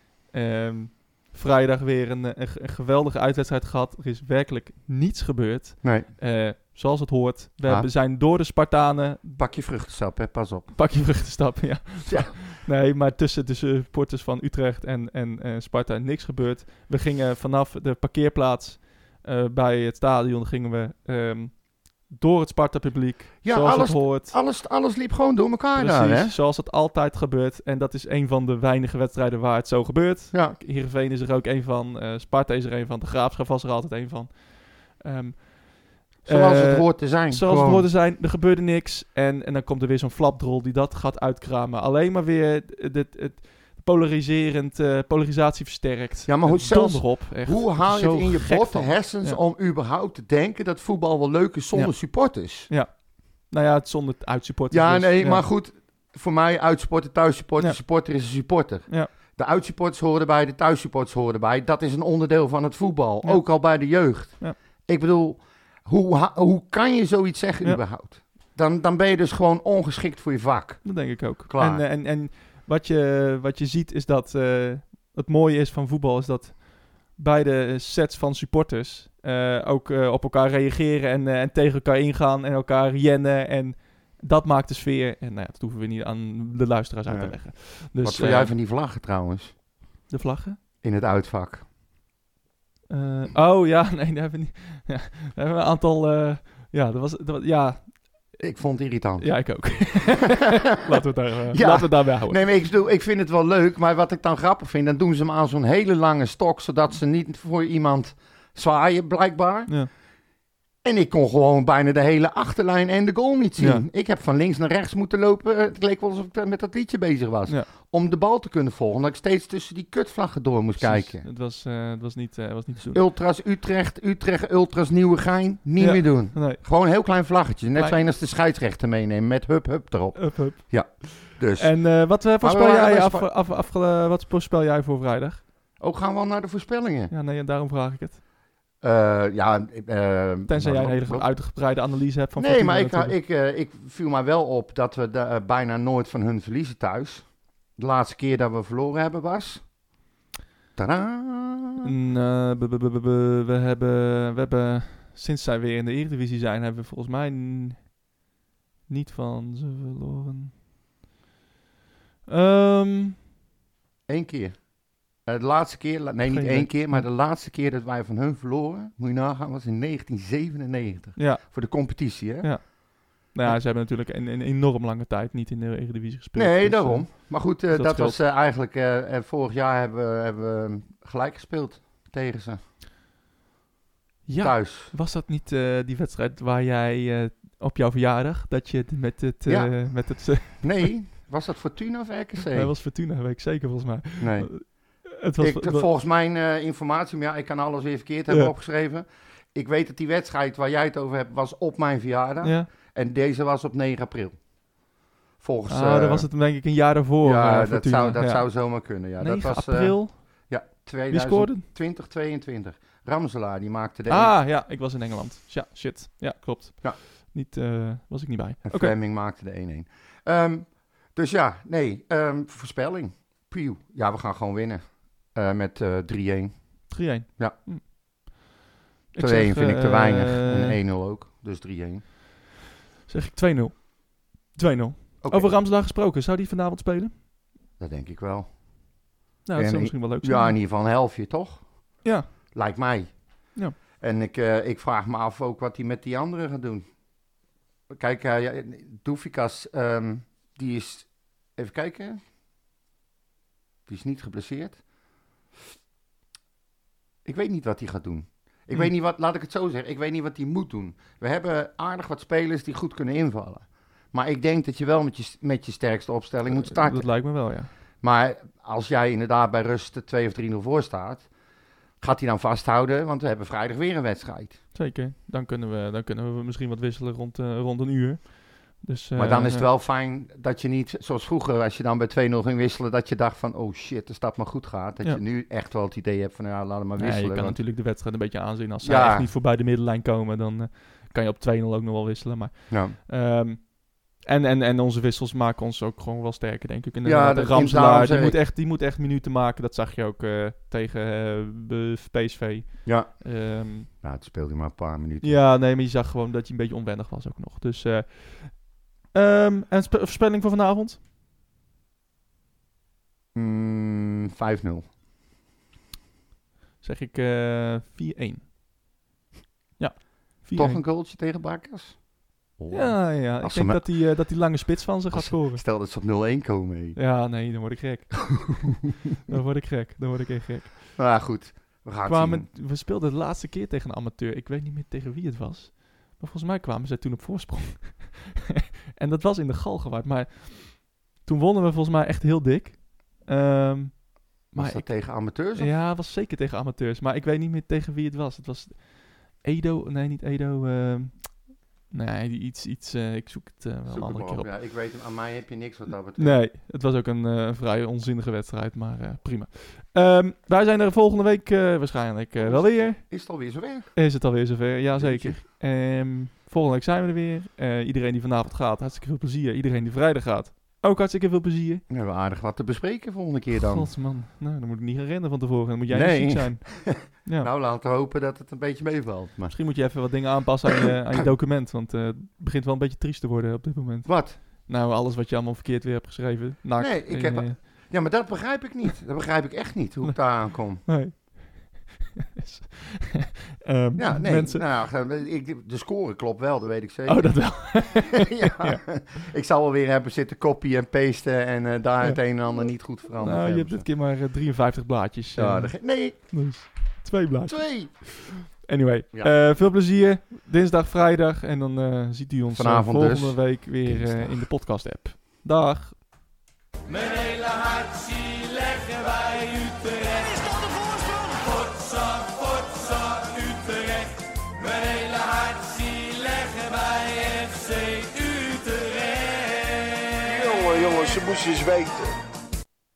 um, vrijdag weer een, een, een geweldige uitwedstrijd gehad. Er is werkelijk niets gebeurd. Nee. Uh, zoals het hoort. We ah. hebben, zijn door de Spartanen... Pak je vruchtensap, hè? Pas op. Pak je vruchtensap, ja. ja. Nee, maar tussen de supporters van Utrecht en, en uh, Sparta niks gebeurd. We gingen vanaf de parkeerplaats uh, bij het stadion gingen we... Um, door het Sparta-publiek, ja, zoals alles, het hoort. Alles, alles liep gewoon door elkaar Precies, daar, hè? Zoals het altijd gebeurt. En dat is een van de weinige wedstrijden waar het zo gebeurt. Ja. Heerenveen is er ook een van. Uh, Sparta is er een van. De Graafschap was er altijd een van. Um, zoals uh, het hoort te zijn. Zoals gewoon. het hoort te zijn. Er gebeurde niks. En, en dan komt er weer zo'n flapdrol die dat gaat uitkramen. Alleen maar weer het... het, het polariserend, uh, polarisatie versterkt. Ja, maar hoe, zelfs, erop, echt. hoe haal je het in je botte hersens ja. om überhaupt te denken dat voetbal wel leuk is zonder ja. supporters? Ja. Nou ja, het zonder uitsupporters. Ja, dus, nee, ja. maar goed. Voor mij uitsupporter, thuissupporter, ja. supporter is een supporter. Ja. De uitsupporters horen erbij, de thuissupporters horen erbij. Dat is een onderdeel van het voetbal. Ja. Ook al bij de jeugd. Ja. Ik bedoel, hoe, ha- hoe kan je zoiets zeggen ja. überhaupt? Dan, dan ben je dus gewoon ongeschikt voor je vak. Dat denk ik ook. Klaar. En, en, en wat, je, wat je ziet is dat... Uh, het mooie is van voetbal is dat beide sets van supporters... Uh, ook uh, op elkaar reageren en, uh, en tegen elkaar ingaan en elkaar jennen. En dat maakt de sfeer. En nou ja, dat hoeven we niet aan de luisteraars uit te ja. leggen. Dus, Wat vond uh, jij van die vlaggen trouwens? De vlaggen? In het uitvak. Uh, oh ja, nee, daar hebben we niet. Ja, daar hebben we een aantal. Uh, ja, dat was, dat was. Ja. Ik vond het irritant. Ja, ik ook. laten we het daar, uh, ja. laten we het daarbij houden. Nee, maar ik, bedoel, ik vind het wel leuk, maar wat ik dan grappig vind, dan doen ze hem aan zo'n hele lange stok, zodat ze niet voor iemand zwaaien, blijkbaar. Ja. En ik kon gewoon bijna de hele achterlijn en de goal niet zien. Ja. Ik heb van links naar rechts moeten lopen. Het leek wel alsof ik met dat liedje bezig was. Ja. Om de bal te kunnen volgen. Dat ik steeds tussen die kutvlaggen door moest Precies. kijken. Het was, uh, het was niet, uh, was niet te doen. Ultras Utrecht, Utrecht, Ultras Nieuwegein. Niet ja. meer doen. Nee. Gewoon een heel klein vlaggetje. Net zoals als de scheidsrechter meenemen. Met hup hup erop. Hup hup. Ja. Dus. En uh, wat, uh, voorspel maar, jij af, af, af, af, uh, wat voorspel jij voor vrijdag? Ook gaan we al naar de voorspellingen. Ja, nee, daarom vraag ik het. Uh, ja, uh, Tenzij jij een hele uitgebreide analyse hebt van Nee, Fortuna, maar ik, ik, uh, ik viel mij wel op dat we de, uh, bijna nooit van hun verliezen thuis. De laatste keer dat we verloren hebben was... Tadaa! Uh, b- b- b- b- we, hebben, we hebben, sinds zij weer in de Eredivisie zijn, hebben we volgens mij n- niet van ze verloren. Um, Eén keer. Uh, de laatste keer, nee niet één keer, maar de laatste keer dat wij van hun verloren, moet je nagaan, was in negentien zevenennegentig. Ja. Voor de competitie, hè? Ja. Nou ja, ze hebben natuurlijk een, een enorm lange tijd niet in de Eredivisie gespeeld. Nee, dus, daarom. Uh, maar goed, uh, dus dat, dat was uh, eigenlijk, uh, uh, vorig jaar hebben, we, hebben we gelijk gespeeld tegen ze. Ja, thuis. Was dat niet uh, die wedstrijd waar jij uh, op jouw verjaardag, dat je met het... Uh, ja. met het uh, nee, was dat Fortuna of R K C? Nee, dat was Fortuna, weet ik zeker volgens mij. Nee. Uh, Het was, ik, volgens mijn uh, informatie, maar ja, ik kan alles weer verkeerd hebben ja. opgeschreven. Ik weet dat die wedstrijd waar jij het over hebt, was op mijn verjaardag. Ja. En deze was op negen april. Volgens... Ah, uh, dan was het denk ik een jaar daarvoor. Ja, uh, dat, zou, dat ja. zou zomaar kunnen. Ja. negen dat was, april? Uh, ja, twintig tweeëntwintig. Ramselaar, die maakte de... Ah, een... ja, ik was in Engeland. Ja, shit. Ja, klopt. Ja. Niet, uh, was ik niet bij. En okay. Fleming maakte de één-één. Um, dus ja, nee, um, voorspelling. Pieuw. Ja, we gaan gewoon winnen. Uh, met uh, drie-een. drie-een? Ja. Hm. twee-een vind ik te weinig. Uh, en één-nul ook. Dus drie-een. Zeg ik twee nul. twee nul. Okay. Over Ramselaar gesproken. Zou die vanavond spelen? Dat denk ik wel. Nou, dat zou misschien wel leuk zijn. Ja, in ieder geval een helftje, toch? Ja. Lijkt mij. Ja. En ik, uh, ik vraag me af ook wat hij met die anderen gaat doen. Kijk, uh, ja, Doufikas, um, die is... Even kijken. Die is niet geblesseerd. Ik weet niet wat hij gaat doen. Ik hm. weet niet wat, laat ik het zo zeggen, ik weet niet wat hij moet doen. We hebben aardig wat spelers die goed kunnen invallen. Maar ik denk dat je wel met je, met je sterkste opstelling moet starten. Dat lijkt me wel, ja. Maar als jij inderdaad bij rust twee of drie nul voor staat, gaat hij dan vasthouden, want we hebben vrijdag weer een wedstrijd. Zeker, dan kunnen we, dan kunnen we misschien wat wisselen rond, uh, rond een uur. Dus, uh, maar dan is het wel fijn dat je niet, zoals vroeger, als je dan bij twee nul ging wisselen, dat je dacht van, oh shit, als dat maar goed gaat. Dat ja. je nu echt wel het idee hebt van, ja, laat hem maar wisselen. Ja, je kan want... natuurlijk de wedstrijd een beetje aanzien. Als ze ja. echt niet voorbij de middenlijn komen, dan uh, kan je op twee nul ook nog wel wisselen. Maar, ja. um, en, en, en onze wissels maken ons ook gewoon wel sterker, denk ik. En ja, de Ramselaar, die moet, echt, die moet echt minuten maken. Dat zag je ook uh, tegen uh, P S V. Ja. Um, nou, het speelde maar een paar minuten. Ja, nee, maar je zag gewoon dat hij een beetje onwennig was ook nog. Dus... Uh, Um, en spe- voorspelling voor vanavond? Mm, vijf nul. Zeg ik uh, vier-een. Ja, vier-een. Toch een goaltje tegen Bakkers? Oh. Ja, ja. Als ik denk me... dat die, uh, dat die lange spits van ze gaat scoren. Stel dat ze op nul-een komen. Hé. Ja, nee, dan word ik gek. dan word ik gek. Dan word ik echt gek. Nou ja, goed. We gaan kwamen, we speelden de laatste keer tegen een amateur. Ik weet niet meer tegen wie het was. Maar volgens mij kwamen zij toen op voorsprong. En dat was in de Galgenwaard. Maar toen wonnen we volgens mij echt heel dik. Um, was maar dat ik, tegen amateurs? Of? Ja, het was zeker tegen amateurs. Maar ik weet niet meer tegen wie het was. Het was Edo. Nee, niet Edo. Uh, nee, iets. iets uh, ik zoek het uh, wel zoek een andere keer op. Ja, ik weet hem. Aan mij heb je niks wat dat betreft. Nee, het was ook een uh, vrij onzinnige wedstrijd. Maar uh, prima. Um, wij zijn er volgende week uh, waarschijnlijk uh, wel weer. Is het alweer zover? Is het alweer zover? Jazeker. Um, volgende week zijn we er weer. Uh, iedereen die vanavond gaat, hartstikke veel plezier. Iedereen die vrijdag gaat, ook hartstikke veel plezier. We hebben aardig wat te bespreken volgende keer dan. God man, nou, dan moet ik niet gaan rennen van tevoren. Dan moet jij nee. niet ziek zijn. Ja. Nou, laten we hopen dat het een beetje meevalt. Maar... Misschien moet je even wat dingen aanpassen aan je, aan je document. Want uh, het begint wel een beetje triest te worden op dit moment. Wat? Nou, alles wat je allemaal verkeerd weer hebt geschreven. Naak, nee, ik heb... Uh, ja, maar dat begrijp ik niet. Dat begrijp ik echt niet, hoe ik daar aankom. Nee. um, ja, nee, mensen... nou, ik, de score klopt wel, dat weet ik zeker. Oh, dat wel. ja. ja. Ik zal wel weer hebben zitten copy en pasten en uh, daar ja. het een en ander niet goed veranderd. Nou, je hebben, hebt dit keer maar uh, drieënvijftig blaadjes. Ja, uh, de, nee. Dus twee blaadjes. Twee. Anyway, ja. uh, veel plezier. Dinsdag, vrijdag en dan uh, ziet u ons vanavond uh, volgende dus. week weer uh, in de podcast-app. Dag. Mijn hele hart zie leggen wij Utrecht. Is dat de voorsprong? Potsa, potsa, Utrecht. Mijn hele hart zie leggen wij F C Utrecht. Jongen, jongens, ze moesten eens weten.